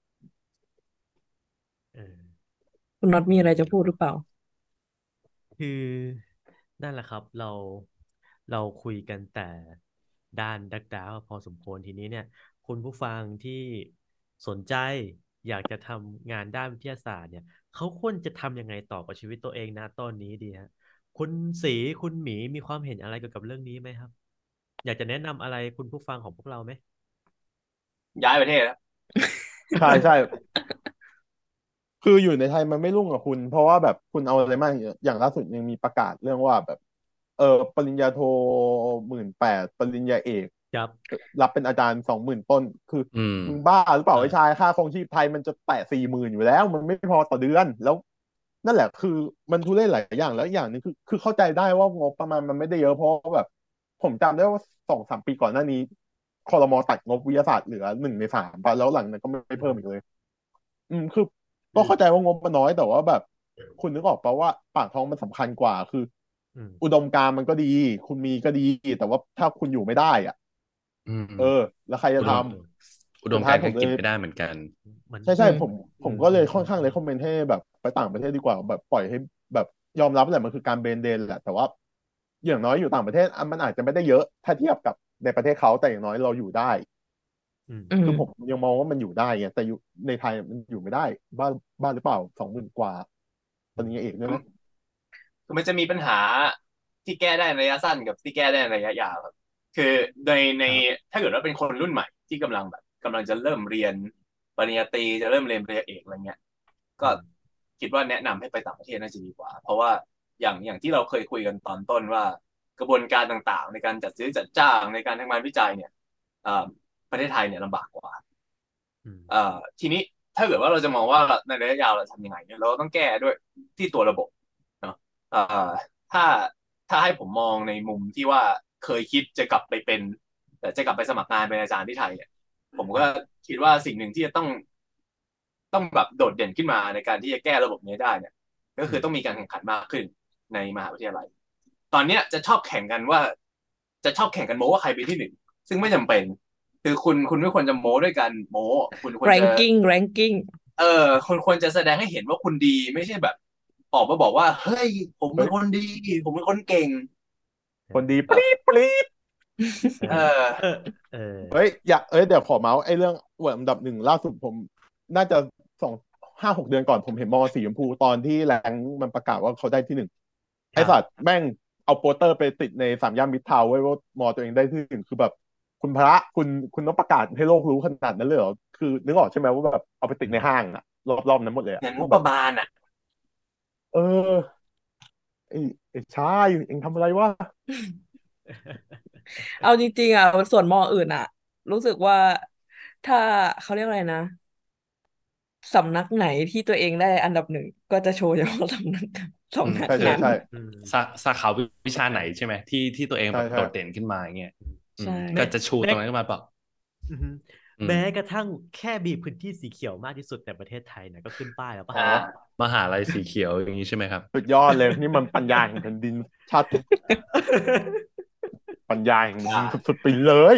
เออคุณน็อตมีอะไรจะพูดหรือเปล่าคือนั่นแหละครับเราคุยกันแต่ด้านดักดาวพอสมควรทีนี้เนี่ยคุณผู้ฟังที่สนใจอยากจะทำงานด้านวิทยาศาสตร์เนี่ยเขาควรจะทำยังไงต่อกับชีวิตตัวเองนะตอนนี้ดีฮะคุณสีคุณหมีมีความเห็นอะไรเกี่ยวกับเรื่องนี้ไหมครับอยากจะแนะนำอะไรคุณผู้ฟังของพวกเราไหมย้ายประเทศแล้วใช่ใช่ คืออยู่ในไทยมันไม่รุ่งกับคุณเพราะว่าแบบคุณเอาอะไรมากอย่างล่าสุดยังมีประกาศเรื่องว่าแบบเออปริญญาโท18,000ปริญญาเอกครับรับเป็นอาจารย์20,000 ต้นคืออืมมึงบ้าหรือเปล่าเออไอ้ชายค่าครองชีพไทยมันจะแตะ40,000อยู่แล้วมันไม่พอต่อเดือนแล้วนั่นแหละคือมันทุเรศหลายอย่างแล้วอย่างหนึงคือเข้าใจได้ว่างบประมาณมันไม่ได้เยอะเพราะว่าแบบผมจำได้ว่า2-3 ปีก่อนหน้านี้ครมตัดงบวิทยาศาสตร์เหลือ1/3ไปแล้วหลังนั้นก็ไม่อืมเพิ่มอีกเลยคือ ก็อืมเข้าใจว่างบมันน้อยแต่ว่าแบบคุณนึกออกปะว่าปากท้องมันสำคัญกว่าคืออืมอุดมการณ์มันก็ดีคุณมีก็ดีแต่ว่าถ้าคุณอยู่ไม่ได้อ่ะอืมเออแล้วใครจะทอุดมเอออุำสุดท้ายดมการณ์ผมเลยก็กินไม่ได้เหมือนกันมันใช่อืใช่มผมอืมก็เลยอืมอืมค่อนข้างเลยคอมเมนต์ให้แบบไปต่างประเทศดีกว่าแบบปล่อยให้แบบยอมรับแหละมันคือการเบนเดนแหละแต่ว่าอย่างน้อยอยู่ต่างประเทศมันอาจจะไม่ได้เยอะถ้าเทียบกับในประเทศเขาแต่อย่างน้อยเราอยู่ได้อืมอืมคือผมยังมองว่ามันอยู่ได้ไงแต่อยู่ในไทยมันอยู่ไม่ได้บ้านบ้านหรือเปล่า20,000 กว่าปริญญาเอกด้วยนะคือมันจะมีปัญหาที่แก้ได้ในระยะสั้นกับที่แก้ได้ในระยะยาวครับคือในครับถ้าเกิดว่าเป็นคนรุ่นใหม่ที่กำลังจะเริ่มเรียนปริญญาตรีจะเริ่มเรียนปริญญาเอกอะไรเงี้ยก็คิดว่าแนะนำให้ไปต่างประเทศน่าจะดีกว่าเพราะว่าอย่างที่เราเคยคุยกันตอนต้นว่ากระบวนการต่างๆในการจัดซื้อจัดจ้างในการทำงานวิจัยเนี่ยเอ่อประเทศไทยเนี่ยลำบากกว่าอืมทีนี้ถ้าเกิดว่าเราจะมองว่าในระยะยาวเราทำยังไงเนี่ยเราต้องแก้ด้วยที่ตัวระบบเนาะถ้าถ้าให้ผมมองในมุมที่ว่าเคยคิดจะกลับไปเป็นแต่จะกลับไปสมัครงานเป็นอาจารย์ที่ไทยเนี่ยผมก็คิดว่าสิ่งหนึ่งที่จะต้องแบบโดดเด่นขึ้นมาในการที่จะแก้ระบบนี้ได้เนี่ยก็คือต้องมีการแข่งขันมากขึ้นในมหาวิทยาลัยตอนเนี้ยจะชอบแข่งกันว่าจะชอบแข่งกันโม้ว่าใครเป็นที่หนึ่งซึ่งไม่จำเป็นคือคุณไม่ควรจะโม้ด้วยกันโม้คุณควรจะ ranking คุณควรจะแสดงให้เห็นว่าคุณดีไม่ใช่แบบออกมาบอกว่าเฮ้ยผมเฮ้ยเป็นคนดีผมเป็นคนเก่งคนดีปแบบรี๊ดปรี๊ดเออเออเออเออเดี๋ยวขอเมาส์ไอ้เรื่องอวดอันดับหนึ่งล่าสุดผมน่าจะสอง5-6 เดือนก่อนผมเห็นมอสีชมพูตอนที่แรงค์มันประกาศว่าเขาได้ที่หนึ่งคไอ้รับสัตว์แม่งเอาโปสเตอร์ไปติดใน3 ย่านมิตรทาวน์ไว้ว่ามอตัวเองได้ที่หนึ่งคือแบบคุณพระคุณต้องประกาศให้โลกรู้ขนาดนั้นเลยเหรอคือนึกออกใช่ไหมว่าแบบเอาไปติดในห้างอะรอบๆนั้นหมดเลยอะเงินงบปว่าแบบระมาณอ่ะเออไอ้ไอ้ชายเอ็งทำอะไรวะเอาจริงๆอ่ะส่วนมออื่นอ่ะรู้สึกว่าถ้าเขาเรียกอะไรนะสำนักไหนที่ตัวเองได้อันดับหนึ่งก็จะโชว์เฉพาะอืมสำนักนั้นใช่ใช่ใช่อืมสาขาวิชาไหนใช่ไหมที่ตัวเองแบบโดใช่ใช่ดเด่นขึ้นมาอย่างเงี้ยใช่แม้ก็จะชูแม้ตรงนั้นขึ้นมาเปล่าอืมอืมแม้กระทั่งแค่มีพื้นที่สีเขียวมากที่สุดในประเทศไทยเนี่ยก็ขึ้นป้ายแล้วป่ะอ๋อมหาลัยสีเขียวอย่างนี้ใช่ไหมครับสุดยอดเลยนี่มันปัญญาแห่งแผ่นดินชาติปัญญาแห่งแผ่นอ่าดินสุดๆไปเลย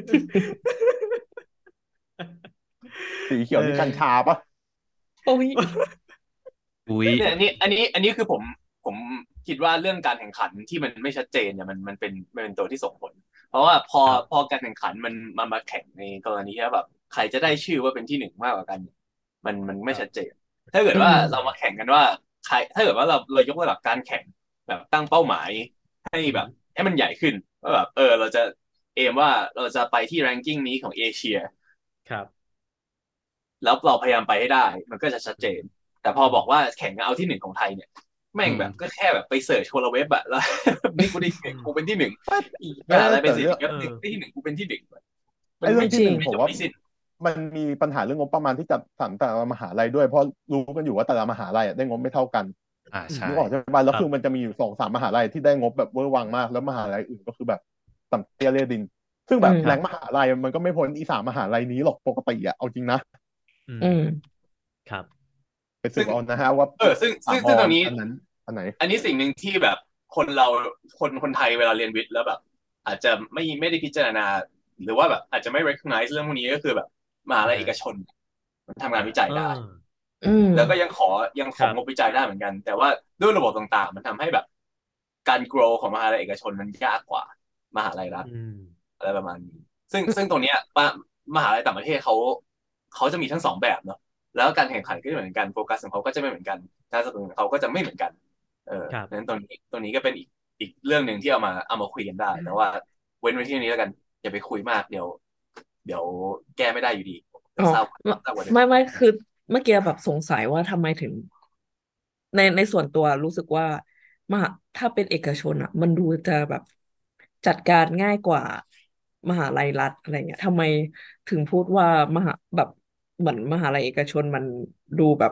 สีเขีเอยวนี่กัญชาอปะโอ้ยอุ้ยเนี่ยอันนี้คือผมคิดว่าเรื่องการแข่งขันที่มันไม่ชัดเจนเนี่ยมันเป็นตัวที่ส่งผลเพราะว่าพอครับพอการแข่งขันมันมาแข่งในกรณีที่แบบใครจะได้ชื่อว่าเป็นที่หนึ่งมากกว่ากันเนี่ยมันครับไม่ชัดเจนถ้าเกิดอืว่าเรามามแข่งกันว่าใครถ้าเกิดว่าเรายกระดับการแข่งแบบตั้งเป้าหมายให้อืแบบมให้มันใหญ่ขึ้นว่าแบบเราจะเอมว่าเราจะไปที่แรงกิ้งนี้ของเอเชียครับแล้วเราพยายามไปให้ได้มันก็จะชัดเจนอืมแต่พออืมบอกว่าแข่งเอาที่หนึ่งของไทยเนี่ยแม่อืมงแบบก็แค่แบบไปเสิร์ชคนละเว็บอะแล้วนี่กูได้อืมกูเป็นที่หนึ่งเอ้ยอีกเอ้มหาลัยไปแต่เรื่องเสิร์ชอีกเว็เออบหนึ่งได้ที่หนึ่งกูเป็นที่หนึ่งมัไอ้เรื่องที่นไม่จริงไม่หนึ่งผมว่าจบไม่สิ้นมันมีปัญหาเรื่องงบประมาณที่จัดสรรแต่ละมหาลัยด้วยเพราะรู้กันอยู่ว่าแต่ละมหาลัยอะได้งบไม่เท่ากันอืมใช่นึกออกใช่ไหมคแล้วรับคือมันจะมีอยู่2-3มหาลัยที่ได้งบแบบเวอร์วังมากแล้วมหาลัยอื่นก็คือแบบต่ำเตี้ยเลี่ยดินซึ่งอืมแบบแรงมครับหาลัยมันก็ไม่พ้นอี3 มหาลัยนี้หรอกปกติอะเอาจริงนะอืมอืมครับไปสืซึ่งบเอานะฮะว่าซึ่งสามมอซึ่งซึ่งตรงนี้อันนั้นอันไหนอันนี้สิ่งหนึ่งที่แบบคนเราคนไทยเวลาเรียนวิทย์แล้วแบบอาจจะไม่ได้พิจารณาหรือว่าแบบอาจจะไม่ recognize เรื่องพวกนี้ก็คือแบบมหาลัยเอกอ่าฮะชนมันทำงานวิจัยเออได้อืมแล้วก็ยังขครับองงบวิจัยได้เหมือนกันแต่ว่าด้วยระบบต่างๆมันทำให้แบบการ grow ของมหาลัยเอกชนมันยากกว่ามหาลัยรัฐอืมอะไรประมาณนี้ซึ่งตรงเนี้ยมหาลัยต่างประเทศเขาจะมีทั้งสองแบบเนาะแล้วการแข่งขันก็จะไม่เหมือนกันโฟกัสของเขาก็จะไม่เหมือนกันการสนับสนุนของเขาก็จะไม่เหมือนกันครับนั้นตรงนี้ก็เป็นอีกเรื่องหนึ่งที่เอามาคุยกันได้แต่ว่าเว้นไว้ที่นี้แล้วกันอย่าไปคุยมากเดี๋ยวแก้ไม่ได้อยู่ดีอ๋จะอเศร้ากว่าเดิมไม่คือเมื่อกี้แบบสงสัยว่าทำไมถึงในส่วนตัวรู้สึกว่ามหาถ้าเป็นเอกชนอ่ะมันดูจะแบบจัดการง่ายกว่ามหาลัยรัฐอะไรเงี้ยทำไมถึงพูดว่ามหาแบบเหมือนมหาลัยเอกชนมันดูแบบ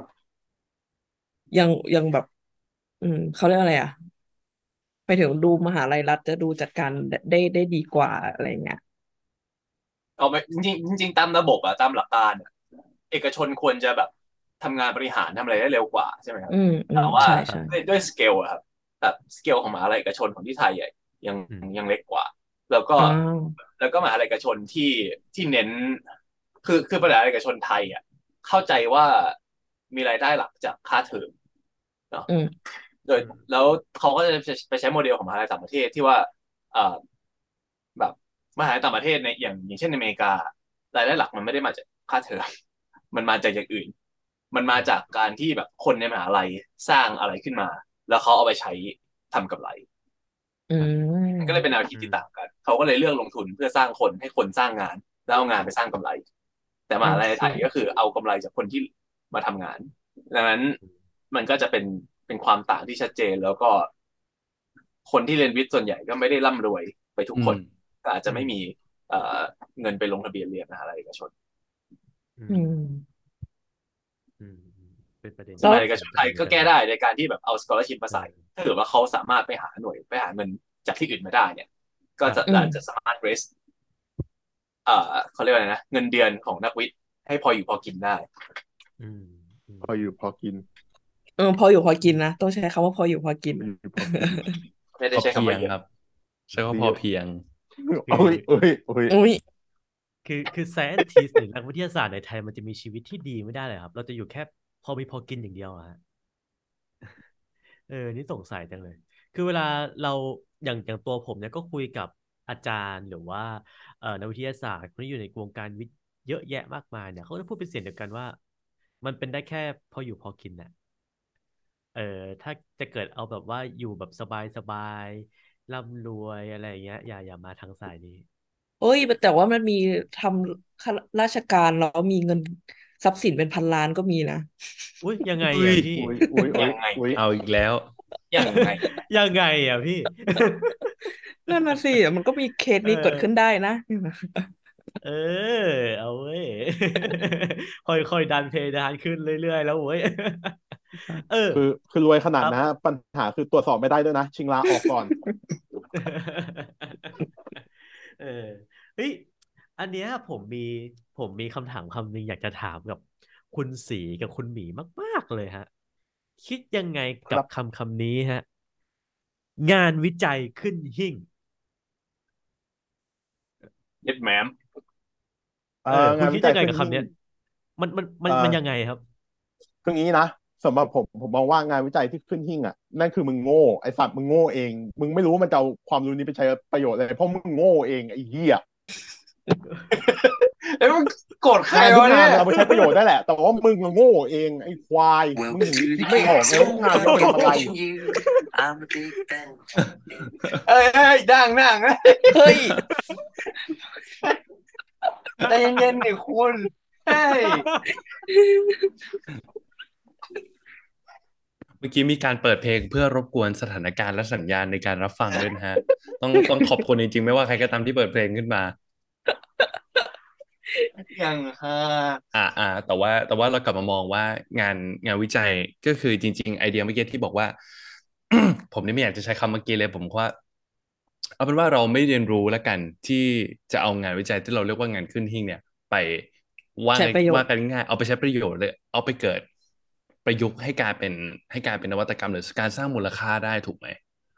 ยังแบบเขาเรียกอะไรอ่ะไปถึงดูมหาลัยรัฐจะดูจัดการได้ดีกว่าอะไรเงี้ยเอาไปจริงๆตามระบบอะตามหลักการอะเอกชนควรจะแบบทำงานบริหารทำอะไรได้เร็วกว่าใช่ไหมครับแต่ว่าใช่ใช่ด้วยสเกลอะครับแบบสเกลของมหาลัยเอกชนของที่ไทยอะยังอืมยังเล็กกว่าแล้วก็อ่าแล้วก็มหาลัยเอกชนที่เน้นคือมหาลัยเอกชนไทยอะเข้าใจว่ามีรายได้หลักจากค่าเทอมเนาะอืมโดยอืมแล้วเขาก็จะไปใช้โมเดลของมหาลัยต่างประเทศที่ว่าเอ่อ แบบมหาลัยต่างประเทศในอย่างเช่นในอเมริการายได้หลักมันไม่ได้มาจากค่าเทอมมันมาจากอย่างอื่นมันมาจากการที่แบบคนในมหาลัยสร้างอะไรขึ้นมาแล้วเขาเอาไปใช้ทำกำไรอืมันก็เลยเป็นมแนวคิดอืมที่ต่างกันเขาก็เลยเลือกลงทุนเพื่อสร้างคนให้คนสร้างงานแล้วเอางานไปสร้างกำไรแต่มโอหาลัยเคไทยก็คือเอากำไรจากคนที่มาทำงานดังนั้นมันก็จะเป็นความต่างที่ชัดเจนแล้วก็คนที่เรียนวิทย์ส่วนใหญ่ก็ไม่ได้ร่ำรวยไปทุกอืมคนก็อาจจะอืมไม่มีเอ่อเงินไปลงทะเบียนเรียนมหาลัยเอกชนอือืมมเป็นประเด็นซึ่งแล้วมหาลัยเอกชนไทยก็แก้ได้ในการที่แบบเอา scholarship มาใส่ถ้าเกิดว่าเขาสามารถไปหาหน่วยไปหาเงินจากที่อื่นมาได้เนี่ยก็ครับอืมจะสามารถ raise เขาเรียกว่าอะไรนะเงินเดือนของนักวิทย์ให้พออยู่พอกินได้อืมอืมพออยู่พอกินพออยู่พอกินนะต้องใช้คำว่าพออยู่พอกินพออยู่พอกินไม่ได้พอใช้คำว่าเยอะเพียงครับใช้ว่าดีพอเพียงคืออุ้ยอุ้ยอุ้ยอุ้ยคือ scientist หรือนักวิทยาศาสตร์ในไทยมันจะมีชีวิตที่ดีไม่ได้เลยครับเราจะอยู่แค่พอมีพอกินอย่างเดียวอะฮะนี่สงสัยจังเลย คือเวลาเราอย่างตัวผมเนี่ยก็คุยกับอาจารย์หรือว่านักวิทยาศาสตร์คนที่อยู่ในวงการวิทย์เยอะแยะมากมายเนี่ยเขาจะพูดเป็นเสียงเดียวกันว่ามันเป็นได้แค่พออยู่พอกินน่ะเออถ้าจะเกิดเอาแบบว่าอยู่แบบสบายร่ำรวยอะไรอย่างเงี้ยอย่ามาทางสายนี้เอ้ยแต่ว่ามันมีทำข้าราชการแล้วมีเงินทรัพย์สินเป็นพันล้านก็มีนะอุ้ยยังไงอุ้ยอ่ะพี่อุ้ยอุ้ยอุ้ยยังไงอุ้ยเอาอีกแล้วยังไงยังไงอ่ะพี่นั่นน่ะสิมันก็มีเคสเอนี้เกิดขึ้นอได้นะเออเอาเว้ยค่อยๆดันเพดานขึ้นเรื่อยๆแล้วเว้ยเออคือรวยขนาครับดนะปัญหาคือตรวจสอบไม่ได้ด้วยนะชิงลาออกก่อนเออเฮ้ยอันเนี้ยผมมีคำถามคำหนึ่งอยากจะถามกับคุณสีกับคุณหมีมากๆเลยฮะคิดยังไงกับครับคำนี้ฮะงานวิจัยขึ้นหิ้งเย็ดแหมมคุงานวิณคิดยังไงจัยขึ้นหิ้งกับคำเนี้ยมันมันมันเอ่อมันยังไงครับคืองี้นะสำหรับผมมองว่างานวิจัยที่ขึ้นหิ้งอ่ะนั่นคือมึงโง่ไอสัตว์มึงโง่เองมึงไม่รู้ว่ามันจะเอาความรู้นี้ไปใช้ประโยชน์อะไรเพราะมึงโง่เองไอ้เหี้ยเอ้ยมันโกรธใครงานทุกวะเนี่ยงานมันเอาไปใช้ประโยชน์ได้แหละแต่ว่ามึงอะโง่เองไอ้ควายมึง Welcome ถึง to คิ the ดไม่ออกไง Kids ว่าทุกงานมันเอาไปทำอะไร Meeting you. I'm a big fan. เอ้ยดังนั่งเฮ้ยใจเย็นๆดิคุณเฮ้ยเมื่อกี้มีการเปิดเพลงเพื่อรบกวนสถานการณ์และสัญญาณในการรับฟังด้วยนะฮะต้องขอบคุณจริงๆไม่ว่าใครก็ตามที่เปิดเพลงขึ้นมายังฮะแต่ว่าเรากลับมามองว่างานวิจัยก็คือจริงๆไอเดียเมื่อกี้ที่บอกว่า ผมนี่ไม่อยากจะใช้คำเมื่อกี้เลยผมว่าเอาเป็นว่าเราไม่เรียนรู้แล้วกันที่จะเอางานวิจัยที่เราเรียกว่างานขึ้นหิ้งเนี่ยไปว่าไงใช้ประโยชว่าน์กันง่ายเอาไปใช้ประโยชน์เลยเอาไปเกิดประยุกต์ให้การเป็นนวัตกรรมหรือการสร้างมูลค่าได้ถูกไหม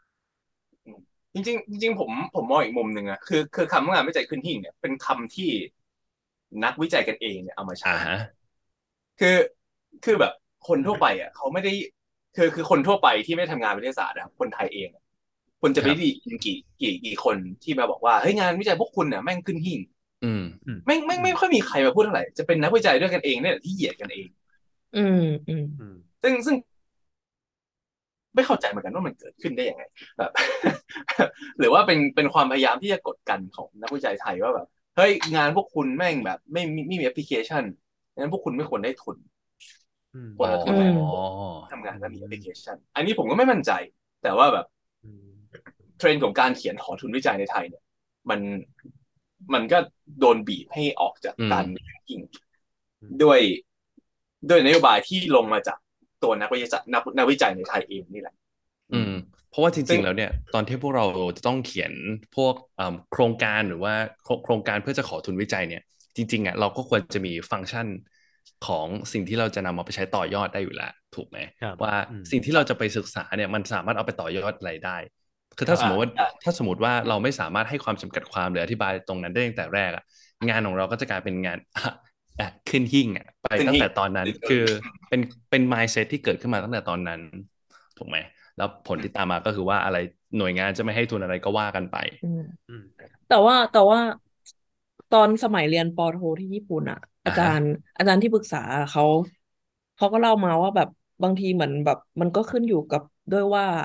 จริงผมมองอีกมุมหนึ่งอะคือคำว่างานวิจัยขึ้นหิ้งเนี่ยเป็นคำที่นักวิจัยกันเองเนี่ยเอามาใช้ฮะคือคือแบบคนทั่วไปอ่ะเขาไม่ได้คือคนทั่วไปที่ไม่ทำงานวิทยาศาสตร์อะคนไทยเองอะคุณจะครับไปได้ยินกี่คนที่มาบอกว่าเฮ้ยงานวิจัยพวกคุณเนี่ยแม่งขึ้นหิ้งอืมอืมไม่ค่อยมีใครมาพูดเท่าไหร่จะเป็นนักวิจัยด้วยกันเองเนี่ยแหละที่เหยียดกันเองอืมอืมอืมซึ่งไม่เข้าใจเหมือนกันว่ามันเกิดขึ้นได้ยังไงแบบหรือว่าเป็นความพยายามที่จะกดกันของนักวิจัยไทยว่าแบบเฮ้ยงานพวกคุณแม่งแบบไม่มีแอปพลิเคชันงั้นพวกคุณไม่ควรได้ทุนอืมคนละทุอืนแหละมทำงานแล้วมีแอปพลิเคชันอันนี้ผมก็ไม่มั่นใจแต่ว่าแบบอืมเทรนด์ของการเขียนขอทุนวิจัยในไทยเนี่ยมันมันก็โดนบีบให้ออกจากอืมการกิ้งด้วยด้วยนโยบายที่ลงมาจากตัวนักวิจัยในไทยเองนี่แหละเพราะว่าจซึ่งริงๆแล้วเนี่ยตอนที่พวกเราจะต้องเขียนพวกโครงการหรือว่าโครงการเพื่อจะขอทุนวิจัยเนี่ยจริงๆอ่ะเราก็ควรจะมีฟังก์ชันของสิ่งที่เราจะนำมาไปใช้ต่อยอดได้อยู่แล้วถูกไหมครับว่าอืมสิ่งที่เราจะไปศึกษาเนี่ยมันสามารถเอาไปต่อยอดอะไรได้คือครับถ้าสมมติว่าใช่ถ้าสมมติว่าเราไม่สามารถให้ความจำกัดความหรืออธิบายตรงนั้นได้ตั้งแต่แรกอ่ะงานของเราก็จะกลายเป็นงาน ขึ้นหิ้งอ่ะไปตั้งขึ้นหิ้งแต่ตอนนั้นคือเป็น mindset ที่เกิดขึ้นมาตั้งแต่ตอนนั้นถูกไหม แล้วผลที่ตามมาก็คือว่าอะไรหน่วยงานจะไม่ให้ทุนอะไรก็ว่ากันไปอืมอืมแต่ว่าตอนสมัยเรียนปอโทที่ญี่ปุ่นอ่ะอาอ่าฮะจารย์อาจารย์ที่ปรึกษาเขาก็เล่ามาว่าแบบบางทีเหมือนแบบมันก็ขึ้นอยู่กับด้วยว่าใน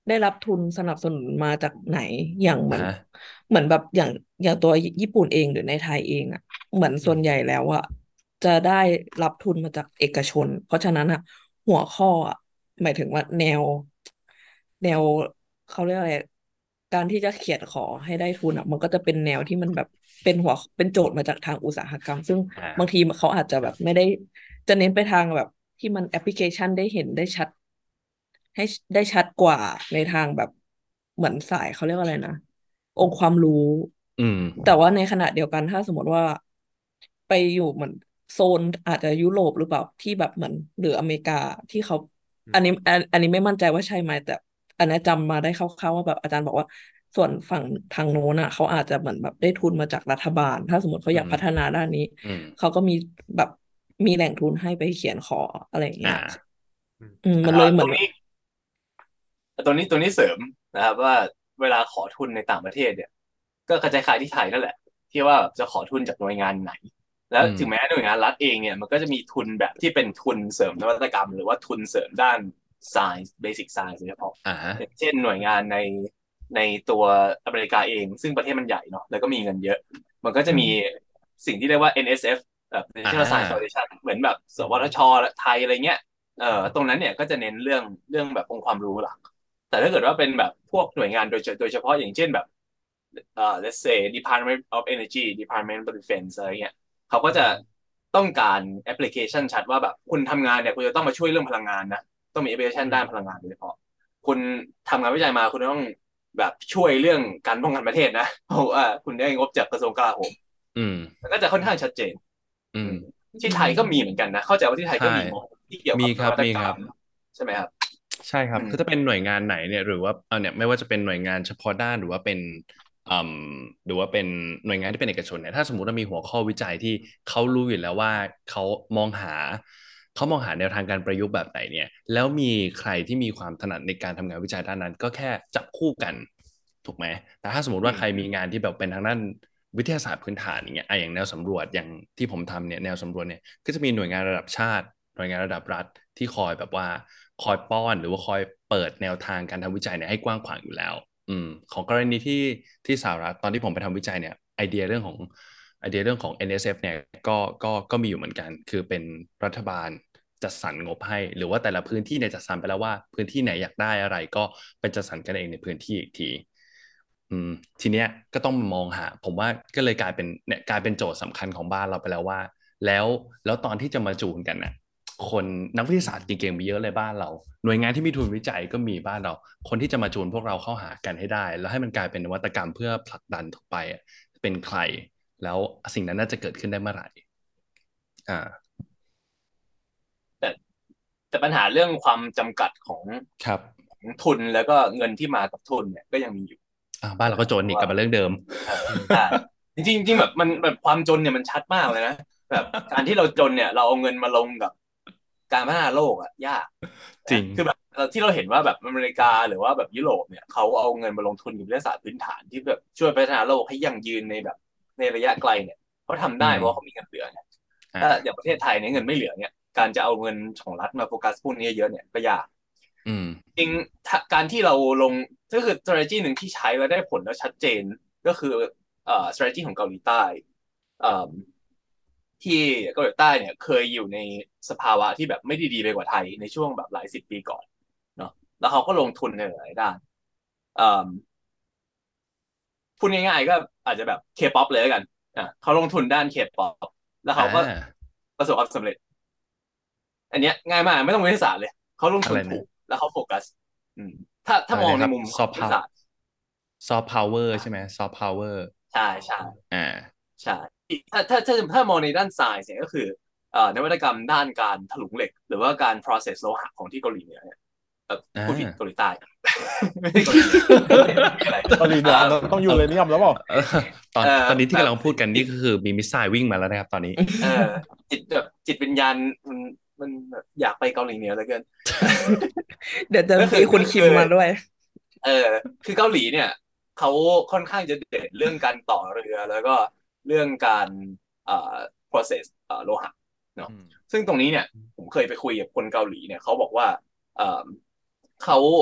ได้รับทุนสนับสนุนมาจากไหนอย่างเหมือนฮะเหมือนแบบอย่างตัวญี่ปุ่นเองหรือในไทยเองอ่ะเหมือนส่วนใหญ่แล้วอ่ะจะได้รับทุนมาจากเอกชนเพราะฉะนั้นอ่ะหัวข้ออ่ะหมายถึงว่าแนวเขาเรียกอะไรการที่จะเขียนขอให้ได้ทุนอ่ะมันก็จะเป็นแนวที่มันแบบเป็นโจทย์มาจากทางอุตสาหกรรมซึ่งอ่าบางทีเขาอาจจะแบบไม่ได้จะเน้นไปทางแบบที่มันแอปพลิเคชันได้เห็นได้ชัดให้ได้ชัดกว่าในทางแบบเหมือนสายเขาเรียกว่าอะไรนะองค์ความรู้อืมแต่ว่าในขณะเดียวกันถ้าสมมติว่าไปอยู่เหมือนโซนอาจจะยุโรปหรือเปล่าที่แบบเหมือนหรืออเมริกาที่เขาอันนี้ไม่มั่นใจว่าใช่ไหมแต่อันนี้จำมาได้คร่าวๆว่าแบบอาจารย์บอกว่าส่วนฝั่งทางโน้นอ่ะเขาอาจจะเหมือนแบบได้ทุนมาจากรัฐบาลถ้าสมมติเขาอืมอยากพัฒนาด้านนี้อืมเขาก็มีแบบมีแหล่งทุนให้ไปเขียนขออะไรอย่างเงี้อ่ายอืมมันเลยเหมือนตรงนี้เสริมนะครับว่าเวลาขอทุนในต่างประเทศเนี่ยก็คล้ายๆที่ไทยนั่นแหละที่ว่าจะขอทุนจากหน่วยงานไหนแล้วอืมถึงแม้หน่วยงานรัฐเองเนี่ยมันก็จะมีทุนแบบที่เป็นทุนเสริมนวัตกรรมหรือว่าทุนเสริมด้าน science basic science โดยเฉพาะอ่าอย่างเช่นหน่วยงานในตัวอเมริกาเองซึ่งประเทศมันใหญ่เนาะแล้วก็มีเงินเยอะมันก็จะมีอืมสิ่งที่เรียกว่า NSF แบบอ่ National Science า Foundation เหมือนแบบสวทชไทยอะไรเงี้ยตรงนั้นเนี่ยก็จะเน้นเรื่องแบบองค์ความรู้หลัก แต่ถ้าเกิดว่าเป็นแบบพวกหน่วยงานโดยเฉพาะอย่างเช่นแบบlet's say Department of Energy Department of Defense อะไรเงี้ยเขาก็จะต้องการแอปพลิเคชันชัดว่าแบบคุณทำงานเนี่ยคุณจะต้องมาช่วยเรื่องพลังงานนะต้องมีแอปพลิเคชันด้านพลังงานโดยเฉพาะคุณทำงานวิจัยมาคุณต้องแบบช่วยเรื่องการป้องกันประเทศนะเพราะว่าคุณได้งบจากกระทรวงกลาโหมอืมมันก็จะค่อนข้างชัดเจนอืมอืมที่ไทยก็มีเหมือนกันนะเข้าใจว่าที่ไทยก็ใช่มีงบที่เกี่ยวมีกับนวัตครับกรรมใช่ไหมครับใช่ครัอืมบคือถ้าเป็นหน่วยงานไหนเนี่ยหรือว่าเอาเนี่ยไม่ว่าจะเป็นหน่วยงานเฉพาะด้านหรือว่าเป็นอืมหรือว่าเป็นหน่วยงานที่เป็นเอกชนเนี่ยถ้าสมมุติว่ามีหัวข้อวิจัยที่เขารู้อยู่แล้วว่ามองหาเขามองหาแนวทางการประยุกต์แบบไหนเนี่ยแล้วมีใครที่มีความถนัดในการทำงานวิจัยด้านนั้นก็แค่จับคู่กันถูกไหมแต่ถ้าสมมติว่าใครมีงานที่แบบเป็นทางด้านวิทยาศาสตร์พื้นฐานอย่างเงี้ยอย่างแนวสำรวจอย่างที่ผมทำเนี่ยแนวสำรวจเนี่ยก็จะมีหน่วยงานระดับชาติหน่วยงานระดับรัฐที่คอยแบบว่าคอยป้อนหรือว่าคอยเปิดแนวทางการทำวิจัยเนี่ยให้กว้างขวางอยู่แล้วของกรณีที่สหรัฐตอนที่ผมไปทำวิจัยเนี่ยไอเดียเรื่องของ NSF เนี่ยก็มีอยู่เหมือนกันคือเป็นรัฐบาลจัดสรรงบให้หรือว่าแต่ละพื้นที่เนี่ยจัดสรรไปแล้วว่าพื้นที่ไหนอยากได้อะไรก็ไปจัดสรรกันเองในพื้นที่อีกทีอืมทีเนี้ยก็ต้องมองหาผมว่าก็เลยกลายเป็นโจทย์สำคัญของบ้านเราไปแล้วว่าแล้วแล้วตอนที่จะมาจูนกันน่ะคนนักวิทยาศาสตร์เก่งๆมีเยอะเลยบ้านเราหน่วยงานที่มีทุนวิจัยก็มีบ้านเราคนที่จะมาจูนพวกเราเข้าหากันให้ได้แล้วให้มันกลายเป็นนวัตกรรมเพื่อผลักดันต่อไปอะเป็นใครแล้วสิ่งนั้นน่าจะเกิดขึ้นได้เมื่อไหร่อ่าแต่แต่ปัญหาเรื่องความจำกัดของครับทุนแล้วก็เงินที่มากับทุนเนี่ยก็ยังมีอยู่บ้านเราก็โจนะครับเพราะว่านอีกกลับมาเรื่องเดิมใช่จริงแบบมันแบบความจนเนี่ยมันชัดมากเลยนะแบบการที่เราจนเนี่ยเราเอาเงินมาลงกับการพัฒนาโลกอะยากจริงนะคือแบบที่เราเห็นว่าแบบอเมริกาหรือว่าแบบยุโรปเนี่ยเขาเอาเงินมาลงทุนกับวิทยาศาสตร์พื้นฐานที่แบบช่วยพัฒนาโลกให้ยั่งยืนในแบบในระยะไกลเนี่ยเขาทำอืได้เพราะเขามมีเงินเหลือเนี่ยถ้าออ่าย่างประเทศไทยเนี่ยเงินไม่เหลือเนี่ยการจะเอาเงินของรัฐมาโฟกัสพวกนี้เยอะเนี่ยก็ยากอืมจริงการที่เราลงก็คือ strategy หนึ่งที่ใช้แล้วได้ผลแล้วชัดเจนก็คือstrategy ของเกาหลีใต้เอ่อที่เกาหลีใต้เนี่ยเคยอยู่ในสภาวะที่แบบไม่ได้ดีไปกว่าไทยในช่วงแบบหลายสิบปีก่อนเนาะแล้วเขาก็ลงทุนในหลายด้านเอ่อพูดง่ายๆก็อาจจะแบบเคป๊อปเลยแล้วกันเขาลงทุนด้านเคป๊อปแล้วอ่เขาก็าประสบความสำเร็จอันเนี้ยง่ายมากไม่ต้องวิทยาศาสตร์เลยเขาลงอะไรนะทุนถูกแล้วเขาโฟกัสอืมถ้ามองนะครับในมุมของวิทยาศาสตร์ซอฟต์พาวเวอร์ใช่ไหมซอฟต์พาวเวอร์ใช่ใช่อ่าใช่ถ้ามองในด้าน science เนี่ยก็คือนวัตกรรมด้านการถลุงเหล็กหรือว่าการ process โลหะของที่เกาหลีเหนือเนี่ยอ่พูดผิดเกาหาลีใต้ไม่ใช่เกาหลีเหนือนี่อะไรเกาหลีเหนือเราต้องยูเอาเรเนียมแล้วเปล่าเออตอนเอ่อตอนนี้ที่แบบกำลังพูดกันนี่ก็คือมีมิสไซล์วิ่งมาแล้วนะครับตอนนี้เออจิตวิญญาณมันแบบอยากไปเกาหลีเหนือเหลือเกินเดี๋ยวจะก็คือมีคุณคิมมาด้วยเออคือเกาหลีเนี่ยเขาค่อนข้างจะเด่นเรื่องการต่อเรือแล้วก็เรื่องการเอ่อ process โลหะเนาะอืมซึ่งตรงนี้เนี่ยผมเคยไปคุยกับคนเกาหลีเนี่ยเขาบอกว่าเอ่อเขา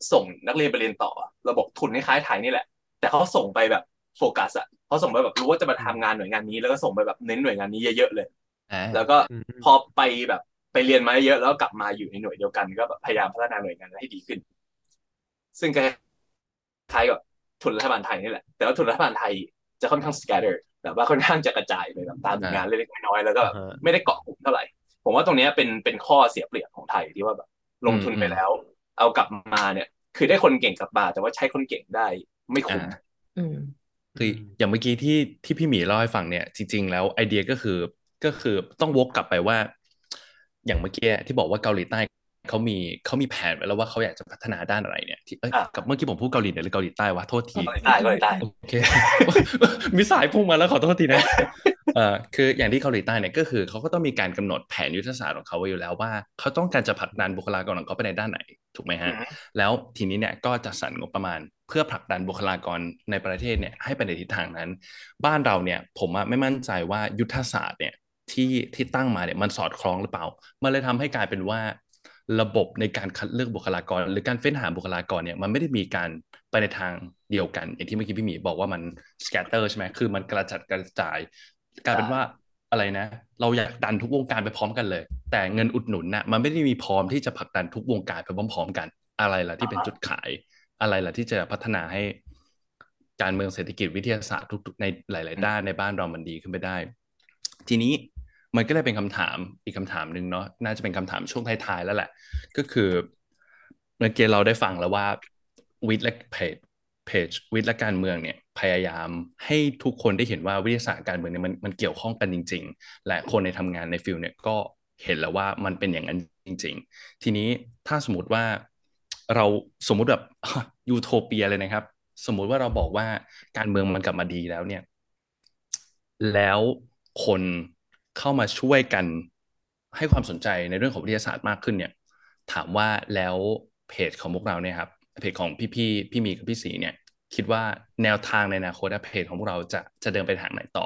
ส่งนักเรียนไปเรียนต่อระบบทุนคล้ายๆไทยนี่แหละแต่เขาส่งไปแบบโฟกัสอ่ะเขาส่งไปแบบรู้ว่าจะมาทำงานหน่วยงานนี้แล้วก็ส่งไปแบบเน้นหน่วยงานนี้เยอะๆเลยแล้วก็พอไปแบบไปเรียนมาเยอะแล้วกลับมาอยู่ในหน่วยเดียวกันก็แบบพยายามพัฒนาหน่วยงานให้ดีขึ้นซึ่งก็คล้ายกับทุนรัฐบาลไทยนี่แหละแต่ว่าทุนรัฐบาลไทยจะค่อนข้าง scatter แบบว่าค่อนข้างจะกระจายไปแบบตามหน่วยงานเล็กๆน้อยๆแล้วก็แบบไม่ได้เกาะกลุ่มเท่าไหร่ผมว่าตรงนี้เป็นข้อเสียเปรียบของไทยที่ว่าแบบลงทุนไปแล้วเอากลับมาเนี่ยคือได้คนเก่งกลับมาแต่ว่าใช้คนเก่งได้ไม่คุ้มคืออย่างเมื่อกี้ที่พี่หมีเล่าให้ฟังเนี่ยจริงๆแล้วไอเดียก็คือต้องวกกลับไปว่าอย่างเมื่อกี้ที่บอกว่าเกาหลีใต้เขามีแผนไว้แล้วว่าเขาอยากจะพัฒนาด้านอะไรเนี่ยที่กับเมื่อกี้ผมพูดเกาหลีเหนือหรือเกาหลีใต้วะโทษทีเกาหลีใต้โอเค มีสายพุ่งมาแล้วขอโทษทีนะคืออย่างที่เกาหลีใต้เนี่ยก็คือเขาก็ต้องมีการกำหนดแผนยุทธศาสตร์ของเขาไว้อยู่แล้วว่าเขาต้องการจะผลักดันบุคลากรของเขาไปในด้านไหนถูกไหมฮะแล้วทีนี้เนี่ยก็จะสรรงบประมาณเพื่อผลักดันบุคลากรในประเทศเนี่ยให้ไปในทิศทางนั้นบ้านเราเนี่ยผมไม่มั่นใจว่ายุทธศาสตร์เนี่ยที่ตั้งมาเนี่ยมันสอดคล้องหรือเปล่ามันเลยทำให้กลายเป็นว่าระบบในการคัดเลือกบุคลากรหรือการเฟ้นหาบุคลากรเนี่ยมันไม่ได้มีการไปในทางเดียวกันอย่างที่เมื่อกี้พี่หมีบอกว่ามัน scatter ใช่ไหมคือมันกระจัดกระจายกลายเป็นว่าอะไรนะเราอยากดันทุกวงการไปพร้อมกันเลยแต่เงินอุดหนุนน่ะมันไม่ได้มีพร้อมที่จะผลักดันทุกวงการไปพร้อมๆกันอะไรล่ะที่เป็นจุดขายอะไรล่ะที่จะพัฒนาให้การเมืองเศรษฐกิจวิทยาศาสตร์ทุกๆในหลายๆด้านในบ้านเรามันดีขึ้นไปได้ทีนี้มันก็เลยเป็นคำถามอีกคำถามหนึ่งเนาะน่าจะเป็นคำถามช่วงท้ายๆแล้วแหละก็คือเมื่อกี้เราได้ฟังแล้วว่าวิทย์และเพจวิทย์และการเมืองเนี่ยพยายามให้ทุกคนได้เห็นว่าวิทยาศาสตร์การเมืองเนี่ยมันเกี่ยวข้องกันจริงๆและคนในทำงานในฟิลเนี่ยก็เห็นแล้วว่ามันเป็นอย่างนั้นจริงๆทีนี้ถ้าสมมติว่าเราสมมุติแบบ ยูโทเปียเลยนะครับสมมุติว่าเราบอกว่าการเมืองมันกลับมาดีแล้วเนี่ยแล้วคนเข้ามาช่วยกันให้ความสนใจในเรื่องของวิทยาศาสตร์มากขึ้นเนี่ยถามว่าแล้วเพจของพวกเราเนี่ยครับเพจของพี่มีกับพี่สีเนี่ยคิดว่าแนวทางในอนาคตเพจของพวกเราจะเดินไปทางไหนต่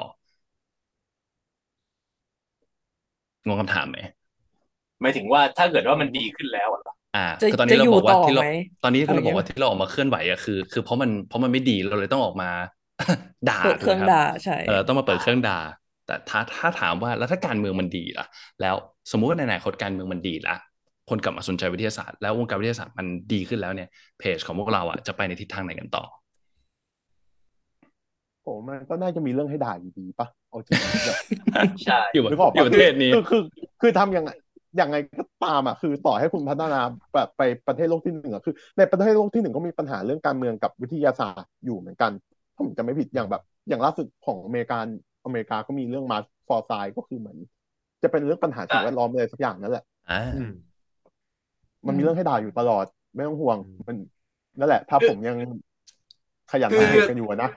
องงคำถามไหมหมายถึงว่าถ้าเกิดว่ามันดีขึ้นแล้วคือตอนนี้เราบอกว่าที่เราตอนนี้อะไรเราบอกเงี้ยว่าที่เราออกมาเคลื่อนไหวคือเพราะมันไม่ดีเราเลยต้องออกมา ด่าเปิดถูกไหมครับเครื่องด่าใช่ต้องมาเปิดเครื่องด่าแต่ถ้าถามว่าแล้วถ้าการเมืองมันดีล่ะแล้วสมมุติว่าในอนาคตการเมืองมันดีละคนกลับมาสนใจวิทยาศาสตร์แล้ววงการวิทยาศาสตร์มันดีขึ้นแล้วเนี่ยเพจของพวกเราจะไปในทิศทางไหนกันต่อผมมันก็น่าจะมีเรื่องให้ด่าอยู่ดีปะเอาจริงแบบใช่นึกออกปะประเทศนี้คือทำยังไงก็ตามอ่ะคือต่อให้คุณพัฒนาแบบไปประเทศโลกที่หนึ่งอ่ะคือในประเทศโลกที่หนึ่งก็มีปัญหาเรื่องการเมืองกับวิทยาศาสตร์อยู่เหมือนกันถ้าผมจำไม่ผิดอย่างแบบอย่างล่าสุดของอเมริกาก็มีเรื่องมาฟอร์ไซก็คือเหมือนจะเป็นเรื่องปัญหาสิ่งแวดล้อมอะไรสักอย่างนั่นแหละมันมีเรื่องให้ด่าอยู่ตลอดไม่ต้องห่วงมันนั่นแหละถ้าผมยังขยันทำเพจกันอยู่นะ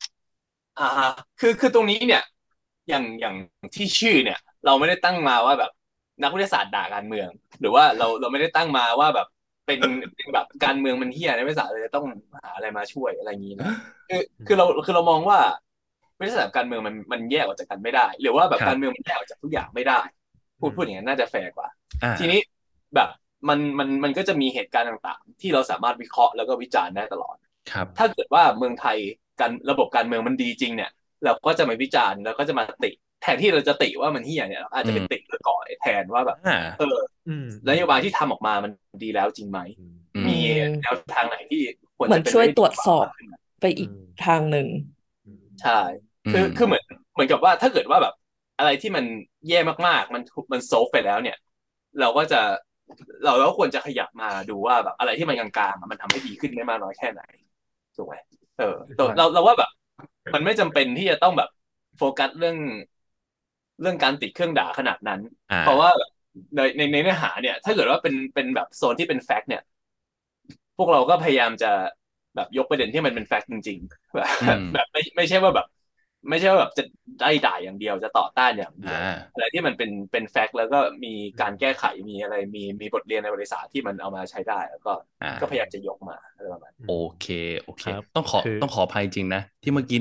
คือตรงนี้เนี่ยอย่างที่ชื่อเนี่ยเราไม่ได้ตั้งมาว่าแบบนักวิทยาศาสตร์ด่าการเมืองหรือว่าเราไม่ได้ตั้งมาว่าแบบเป็นแบบการเมืองมันเหี้ยนักวิทยาศาสตร์เลยต้องหาอะไรมาช่วยอะไรอย่างนี้นะคือเรามองว่าวิทยาศาสตร์การเมืองมันแยกออกจากกันไม่ได้หรือว่าแบบการเมืองมันแยกออกจากทุกอย่างไม่ได้พูดอย่างนั้นน่าจะแฟร์กว่าทีนี้แบบมันก็จะมีเหตุการณ์ต่างๆที่เราสามารถวิเคราะห์แล้วก็วิจารณ์ได้ตลอดถ้าเกิดว่าเมืองไทยระบบการเมืองมันดีจริงเนี่ยเราก็จะมาวิจารณ์แล้วก็จะมาติแทนที่เราจะติว่ามันเหี้ยเนี่ยเราอาจจะเป็นติหรือก่อแทนว่าแบบนโยบายที่ทำออกมามันดีแล้วจริงไหมมีแนวทางไหนที่ควรจะเป็นช่วยตรวจสอบไปอีกทางหนึ่งใช่คือเหมือนกับว่าถ้าเกิดว่าแบบอะไรที่มันแย่มากๆมันโซฟไปแล้วเนี่ยเราก็จะเราก็ควรจะขยับมาดูว่าแบบอะไรที่มันกลางๆมันทำให้ดีขึ้นได้มากน้อยแค่ไหนถูกไหมเราว่าแบบมันไม่จำเป็นที่จะต้องแบบโฟกัสเรื่องการติดเครื่องด่าขนาดนั้นเพราะว่าในเนื้อหาเนี่ยถ้าเกิดว่าเป็นแบบโซนที่เป็นแฟกต์เนี่ยพวกเราก็พยายามจะแบบยกประเด็นที่มันเป็นแฟกต์จริงๆแบบไม่ใช่ว่าแบบไม่ใช่ว่าแบบจะได้ด่าอย่างเดียวจะต่อต้านอย่างเดียวอะไรที่มันเป็นแฟกต์แล้วก็มีการแก้ไขมีอะไรมีบทเรียนในบริษัทที่มันเอามาใช้ได้แล้วก็พยายามจะยกมาอะไรประมาณโอเคต้องขออภัยจริงนะที่เมื่อกี้เนี่ย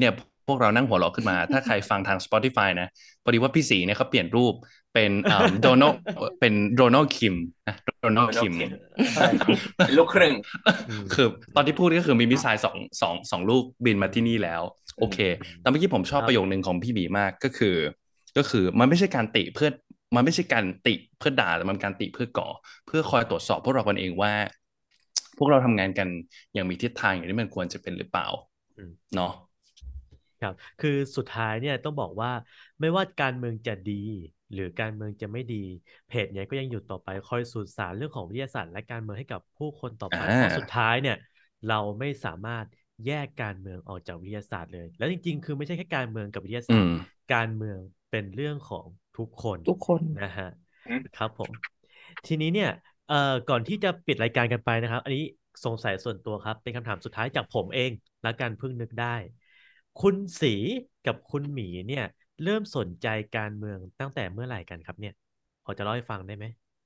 พวกเรานั่งหัวเราะขึ้นมาถ้าใครฟังทาง Spotify นะพอดีว่าพี่สีเนี่ยเขาเปลี่ยนรูปเป็นโดนัลเป็นโดนัลคิมนะโดนัลคิมโดนัลด์คิมใช่ครับเป็นลูกครึ่งอืมคือตอนที่พูดก็คือมีมิสไซล์สองลูกบินมาที่นี่แล้วโอเคแต่เมื่อกี้ผมชอบครับประโยคนึงของพี่หมีมากก็คือมันไม่ใช่การติเพื่อมันไม่ใช่การติเพื่อด่าแต่มันเป็นการติเพื่อก่อเพื่อคอยตรวจสอบพวกเรากันเองว่า พวกเราทำงานกันอย่างมีทิศทางอย่างที่มันควรจะเป็นหรือเปล่าอืมเนาะครับคือสุดท้ายเนี่ยต้องบอกว่าไม่ว่าการเมืองจะดี หรือการเมืองจะไม่ดีเพจเนี่ยก็ยังอยู่ต่อไปคอยสืบสานเรื่องของวิทยาศาสตร์และการเมืองให้กับผู้คนต่อไปเพราะสุดท้ายเนี่ยเราไม่สามารถแยกการเมืองออกจากวิทยาศาสตร์เลยแล้วจริงๆคือไม่ใช่แค่การเมืองกับวิทยาศาสตร์การเมืองเป็นเรื่องของทุกคนทุกคนนะฮะอืมครับผมทีนี้เนี่ยก่อนที่จะปิดรายการกันไปนะครับ อันนี้สงสัยส่วนตัวครับเป็นคำถามสุดท้ายจากผมเองและการเพิ่งนึกได้ คุณสีกับคุณหมีเนี่ยเริ่มสนใจการเมืองตั้งแต่เมื่อไหร่กันครับเนี่ยพอจะเล่าให้ฟังได้ไหม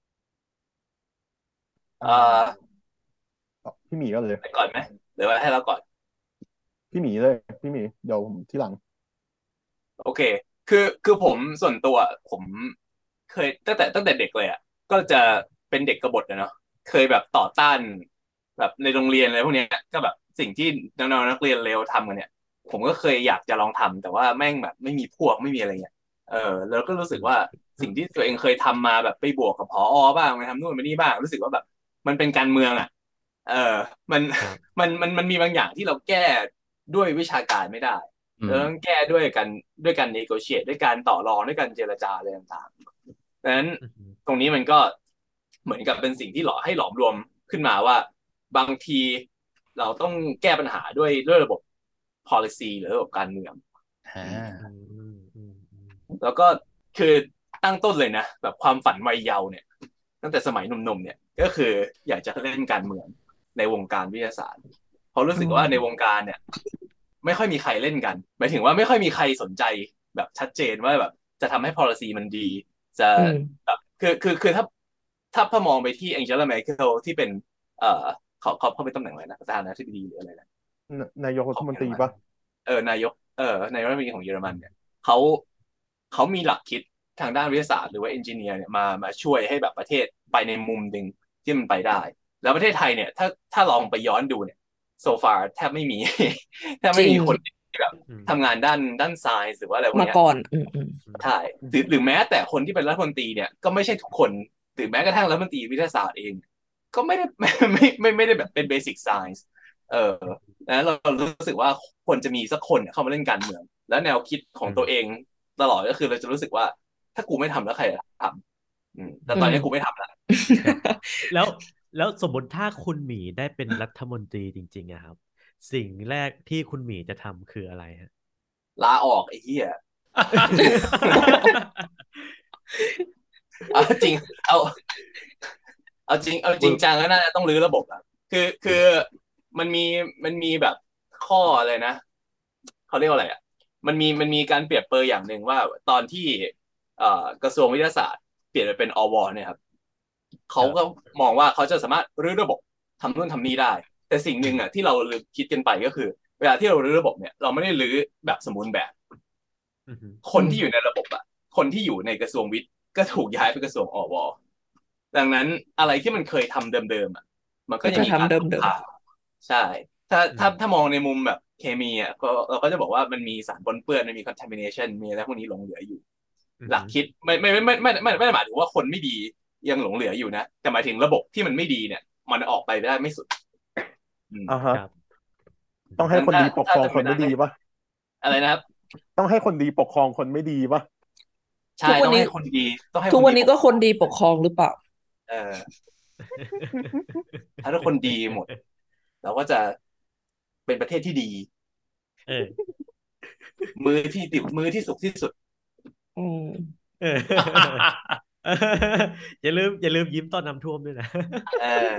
เอ่อพี่หมีก็เลยไปก่อนไหมหรือว่าให้เราก่อนพี่หมีเลยพี่หมีเดี๋ยวผมที่หลังโอเค คือผมส่วนตัวผมเคยตั้งแต่เด็กเลยอ่ะก็จะเป็นเด็กกบฏนะเนาะเคยแบบต่อต้านแบบในโรงเรียนอะไรพวกเนี้ยก็แบบสิ่งที่น้องๆนักเรียนเลวทำกันเนี่ยผมก็เคยอยากจะลองทำแต่ว่าแม่งแบบไม่มีพวกไม่มีอะไรเงี้ยแล้วก็รู้สึกว่าสิ่งที่ตัวเองเคยทำมาแบบไปบวกกับผอบ้างไปทำนู่นไปนี่บ้างรู้สึกว่าแบบมันเป็นการเมืองอ่ะเออมันครับมันมีบางอย่างที่เราแก้ด้วยวิชาการไม่ได้อืมต้องแก้ด้วยการ negotiate ด้วยการต่อรองด้วยการเจรจาอะไรต่างๆดังนั้นอือฮึตรงนี้มันก็เหมือนกับเป็นสิ่งที่หลอมรวมขึ้นมาว่าบางทีเราต้องแก้ปัญหาด้วยระบบ policy หรือระบบการเมืองอ่าอืมอืมอืมแล้วก็คือตั้งต้นเลยนะแบบความฝันวัยเยาว์เนี่ยตั้งแต่สมัยหนุ่มๆเนี่ยก็คืออยากจะเล่นการเมืองในวงการวิทยาศาสตร์เพราะรู้สึกว่าในวงการเนี่ยไม่ค่อยมีใครเล่นกันหมายถึงว่าไม่ค่อยมีใครสนใจแบบชัดเจนว่าแบบจะทำให้ policy มันดีจะอืมแบบคือถ้ามองไปที่แองเจล่าเมเคิลที่เป็นเอ่อเขาเป็นตำแหน่งอะไรนะประธานาธิบดีหรืออะไรนะนายกรัของฐมนตรีเยอรมันปะนายกรัฐมนตรีของเยอรมันเนี่ยเขาเขามีหลักคิดทางด้านวิทยาศาสตร์หรือว่าเอนจิเนียร์เนี่ยมาช่วยให้แบบประเทศไปในมุมหนึ่งที่มันไปได้แล้วประเทศไทยเนี่ยถ้าลองไปย้อนดูเนี่ยโซฟาแทบไม่มี แทบจริงไม่มีคนที่แบบอืมทำงานด้านไซน์หรือว่าอะไรพวกมาเนี้ยก่อน อืมอืมใช่หรือแม้แต่คนที่เป็นรัฐมนตรีเนี่ยก็ไม่ใช่ทุกคนหรือแม้กระทั่งรัฐมนตรีวิทยาศาสตร์เองก็ไม่ได้ไม่ได้แบบเป็นเบสิกไซน์เออแล้วเรารู้สึกว่าควรจะมีสักคนเข้ามาเล่นการเมืองแล้วแนวคิดของตัวเองตลอดก็คือเราจะรู้สึกว่าถ้ากูไม่ทำแล้วใครจะทำแต่ตอนนี้กูไม่ทำแล้วแล้วแล้วสมมติถ้าคุณหมีได้เป็นรัฐมนตรีจริงๆอะครับ สิ่งแรกที่คุณหมีจะทำคืออะไรฮะลาออกไอ้เหี้ยเอาจริงเอาเอาจริงจังแล้วน่าจะต้องรื้อระบบอ่ะคือมันมีแบบข้ออะไรนะเขาเรียกว่าอะไรอ่ะมันมีการเปรียบเปรยอย่างหนึ่งว่าตอนที่กระทรวงวิทยาศาสตร์เปลี่ยนไปเป็นอวเนี่ยครับเขาก็มองว่าเขาจะสามารถรื้อระบบทำนู่นทำนี่ได้ แต่สิ่งหนึ่งอ่ะที่เราลืมคิดกันไปก็คือ เวลาที่เรารื้อระบบเนี่ยเราไม่ได้รื้อแบบสมบูรณ์แบบอือฮึคนที่อยู่ในระบบอ่ะคนที่อยู่ในกระทรวงวิทย์ก็ถูกย้ายไปกระทรวงอวดังนั้นอะไรที่มันเคยทำเดิมๆอ่ะมันก็ก็จะยังมีการทำเดิมพึ่งพาใช่ถ้ามองในมุมแบบเคมีอ่ะก็เราก็จะบอกว่ามันมีสารปนเปื้อนมันมี contamination มีอะไรพวกนี้หลงเหลืออยู่อือฮึหลักคิดไม่ได้หมายถึงว่าคนไม่ดียังหลงเหลืออยู่นะแต่หมายถึงระบบที่มันไม่ดีเนี่ยมันออกไปได้ไม่สุดอืมอ่าฮะครับต้องให้คนดีปกครองถ้าจะคนไม่ดีปะอะไรนะครับต้องให้คนดีปกครองคนไม่ดีปะใช่ทุกวันต้องนี้ให้คนดีต้องให้ทุกวันดีนี้ปก็กคครองนดีปกครองหรือเปล่าเออถ้าทุกคนดีหมดเราก็จะเป็นประเทศที่ดีเออมือที่สุขที่สุดอืมเออ อย่าลืมยิ้มตอนน้ำท่วมด้วยนะเออ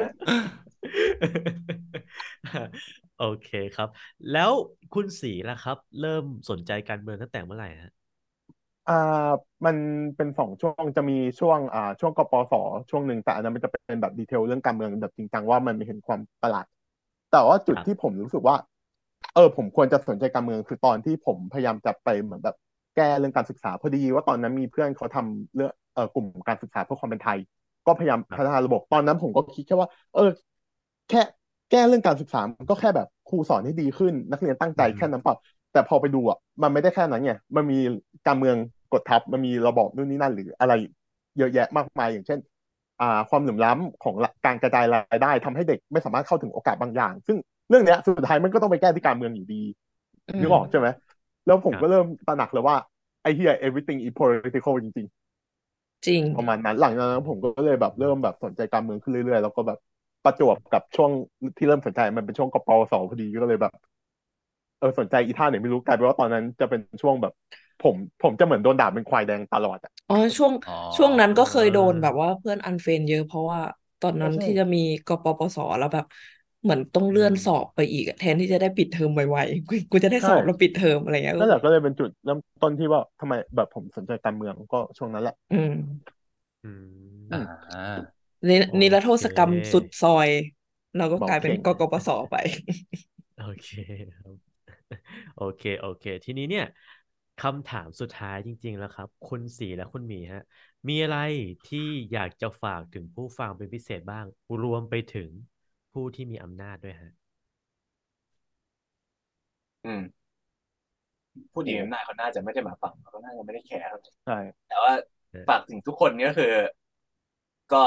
โอเคครับ แล้วคุณศรีล่ะครับ เริ่มสนใจการเมืองตั้งแต่เมื่อไหร่ฮะอ่ามันเป็น2 ช่วงจะมีช่วงกปสช่วงหนึ่งแต่อันนั้นมันจะเป็นแบบดีเทลเรื่องการเมืองแบบจริงจังว่ามันเห็นความประหลาดแต่ว่าจุครับดที่ผมรู้สึกว่าผมควรจะสนใจการเมืองคือตอนที่ผมพยายามจะไปเหมือนแบบแก้เรื่องการศึกษาพอดีว่าตอนนั้นมีเพื่อนเขาทำเรื่องกลุ่มการศึกษาเพื่อความเป็นไทยก็พยายามครับพัฒนาระบบตอนนั้นผมก็คิดแค่ว่าแค่แก้เรื่องการศึกษามันก็แค่แบบครูสอนให้ดีขึ้นนักเรียนตั้งใจอือฮึแค่นั้นเปล่าแต่พอไปดูมันไม่ได้แค่นั้นไงมันมีการเมืองกดทับมันมีระบอบนู่นนี่นั่นหรืออะไรเยอะแยะมากมายอย่างเช่นความเหลื่อมล้ำของการกระจายรายได้ทำให้เด็กไม่สามารถเข้าถึงโอกาสบางอย่างซึ่งเรื่องเนี้ยสุดท้ายมันก็ต้องไปแก้ที่การเมืองอยู่ดีอืนึกมออกใช่ไหมแล้วผมครับก็เริ่มตระหนักเลยว่าไอ้เหี้ย everything is political จริงจริงๆประมาณนั้นหลังจากนั้นผมก็เลยแบบเริ่มแบบสนใจการเมืองขึ้นเรื่อยๆแล้วก็แบบประจวบกับช่วงที่เริ่มสนใจมันเป็นช่วงกปวสพอดีก็เลยแบบสนใจอีท่าไหนไม่รู้กลายเป็นว่าตอนนั้นจะเป็นช่วงแบบผมจะเหมือนโดนด่าเป็นควายแดงตลอดอ่ะอ๋อช่วงอ๋อช่วงนั้นเก็เคยโดนออแบบว่าเพื่อนอันเฟรนเยอะเพราะว่าตอนนั้นใช่ใช่ที่จะมีกปปสแล้วแบบเหมือนต้องอืเลื่อนสอบมไปอีกอะแทนที่จะได้ปิดเทอมไวๆกูจะได้ใช่สอบแล้วปิดเทอมอะไรเงี้ยนั่นแหละก็เลยเป็นจุดเริ่มต้นที่ว่าทำไมแบบผมสนใจการเมืองก็ช่วงนั้นแหละอืมอือือ่มาโอนิรโทเคษกรรมสุดซอยเราก็เบากลายเป็นเข่งกปปสไปโอเคครับโอเคทีนี้เนี่ยคำถามสุดท้ายจริงๆแล้วครับคุณสีและคุณหมีฮะมีอะไรที่อยากจะฝากถึงผู้ฟังเป็นพิเศษบ้างรวมไปถึงผู้ที่มีอำนาจด้วยฮะอืมผู้ดีโอ้มีอำนาจเขาน่าจะไม่ได้มาฟังเขาน่าจะไม่ได้แคร์ครับใช่แต่ว่าเออฝากถึงทุกคนก็คือก็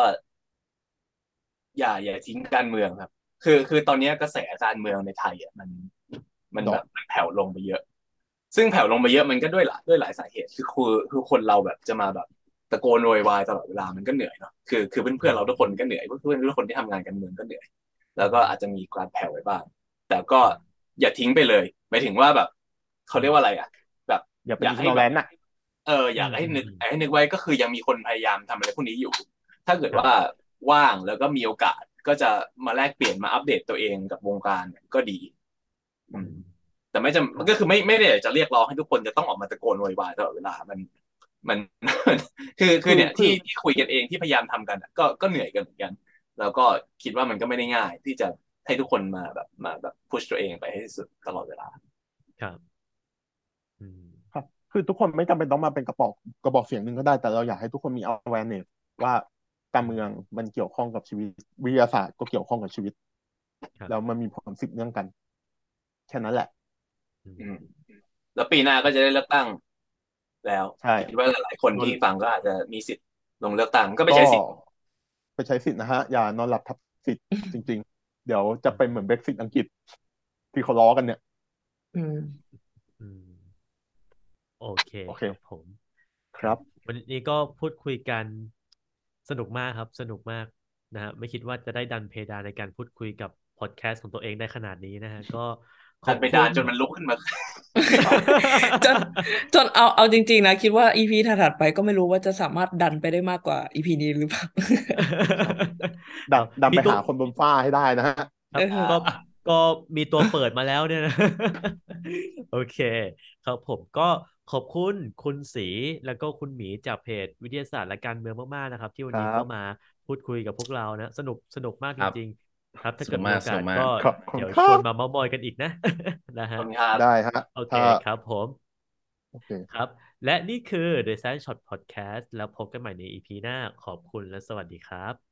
อย่าทิ้งการเมืองครับคือตอนนี้กระแสการเมืองในไทยอ่ะมันดอกแบบมันแผ่วลงไปเยอะ ซึ่งแผ่วลงไปเยอะมันก็ด้วยหลายสาเหตุคือคนเราแบบจะมาแบบตะโกนโวยวายตลอดเวลามันก็เหนื่อยเนาะคืออืเพื่อนๆเราทุกคนมก็เหนื่อยเพื่อนๆทุกคนที่ทำงานการเมืองก็เหนื่อยอืแล้วก็อาจจะมมีการแผ่วไปบ้างแต่ก็อืมอย่าทิ้งไปเลยหมายถึงว่าแบบเขาอืมเรียกว่าอะไรอ่ะแบบอย่าเป็นอิกอยากให้แบบโนแลนต์น่ะอยากให้นึกอืมให้นึกไว้ก็คือยังมีคนพยายามทำอะไรพวกนี้อยู่ถ้าเกิดว่าครับว่างแล้วก็มีโอกาสก็จะมาแลกเปลี่ยนมาอัปเดตตัวเองกับวงการเนี่ยก็ดีอืมอืมแต่ไม่ครับจำก็คือไม่ได้อยากจะเรียกร้องให้ทุกคนจะต้องออกมาตะโกนโวยวายตลอดเวลามันคือเนี่ยที่คุยกันเองที่พยายามทำกันอะก็เหนื่อยกันเหมือนกันแล้วก็คิดว่ามันก็ไม่ได้ง่ายที่จะให้ทุกคนมาแบบพุชตัวเองไปให้สุดตลอดเวลาครับอืมครับคือทุกคนไม่จำเป็นต้องมาเป็นกระบอกเสียงหนึ่งก็ได้แต่เราอยากให้ทุกคนมี awareness ว่าการอืมเมืองมันเกี่ยวข้องกับชีวิตวิทยาศาสตร์ก็เกี่ยวข้องกับชีวิตแล้วครับมันมีผลสืบเนื่องกันแค่นั้นแหละอืมอืมแล้วปีหน้าก็จะได้เลือกตั้งแล้วใช่คิดว่าหลายๆคนโดนที่ฟังก็อาจจะมีสิทธิ์ลงเลือกตั้งก็ไปก็ใช้สิทธิ์ไปใช้สิทธิ์นะฮะอย่านอนหลับทับสิทธิ์จริงๆเดี๋ยวจะอืมเป็นเหมือน Brexit อังกฤษที่เขาล้อกันเนี่ยอืมอืมโอเคโอเคครับผมครับครับวันนี้ก็พูดคุยกันสนุกมากครับสนุกมากนะฮะไม่คิดว่าจะได้ดันเพดานในการพูดคุยกับพอดแคสต์ของตัวเองได้ขนาดนี้นะฮะก็ขดันไปอบคุณดานจนมันลุกขึ้นมาจนจนเอาจริงๆนะคิดว่าอีพีถัดๆไปก็ไม่รู้ว่าจะสามารถดันไปได้มากกว่าอีพีนี้หรือเปล่าครับครับดันมีตัวไปหาคนบนฟ้าให้ได้นะฮะครัเอบก็อก็มีตัวเปิดมาแล้วเนี่ยนะโอเคครับผมก็ขอบคุณคุณศรีแล้วก็คุณหมีจากเพจวิทยาศาสตร์และการเมืองมากๆนะครับที่วัครับนนี้ก็มาพูดคุยกับพวกเรานะสนุกมากครับจริงๆครับถ้าสนุกมาเกิดมีโอกาสก็กสนุกมากขอบคุณเดี๋ยวครับชวนมาเม้าท์มอยกันอีกนะนะฮะคนครับได้ฮะโอเคถ้าครับผมโอเคครับและนี่คือ The Science Shot Podcast แล้วพบกันใหม่ใน EP หน้าขอบคุณและสวัสดีครับ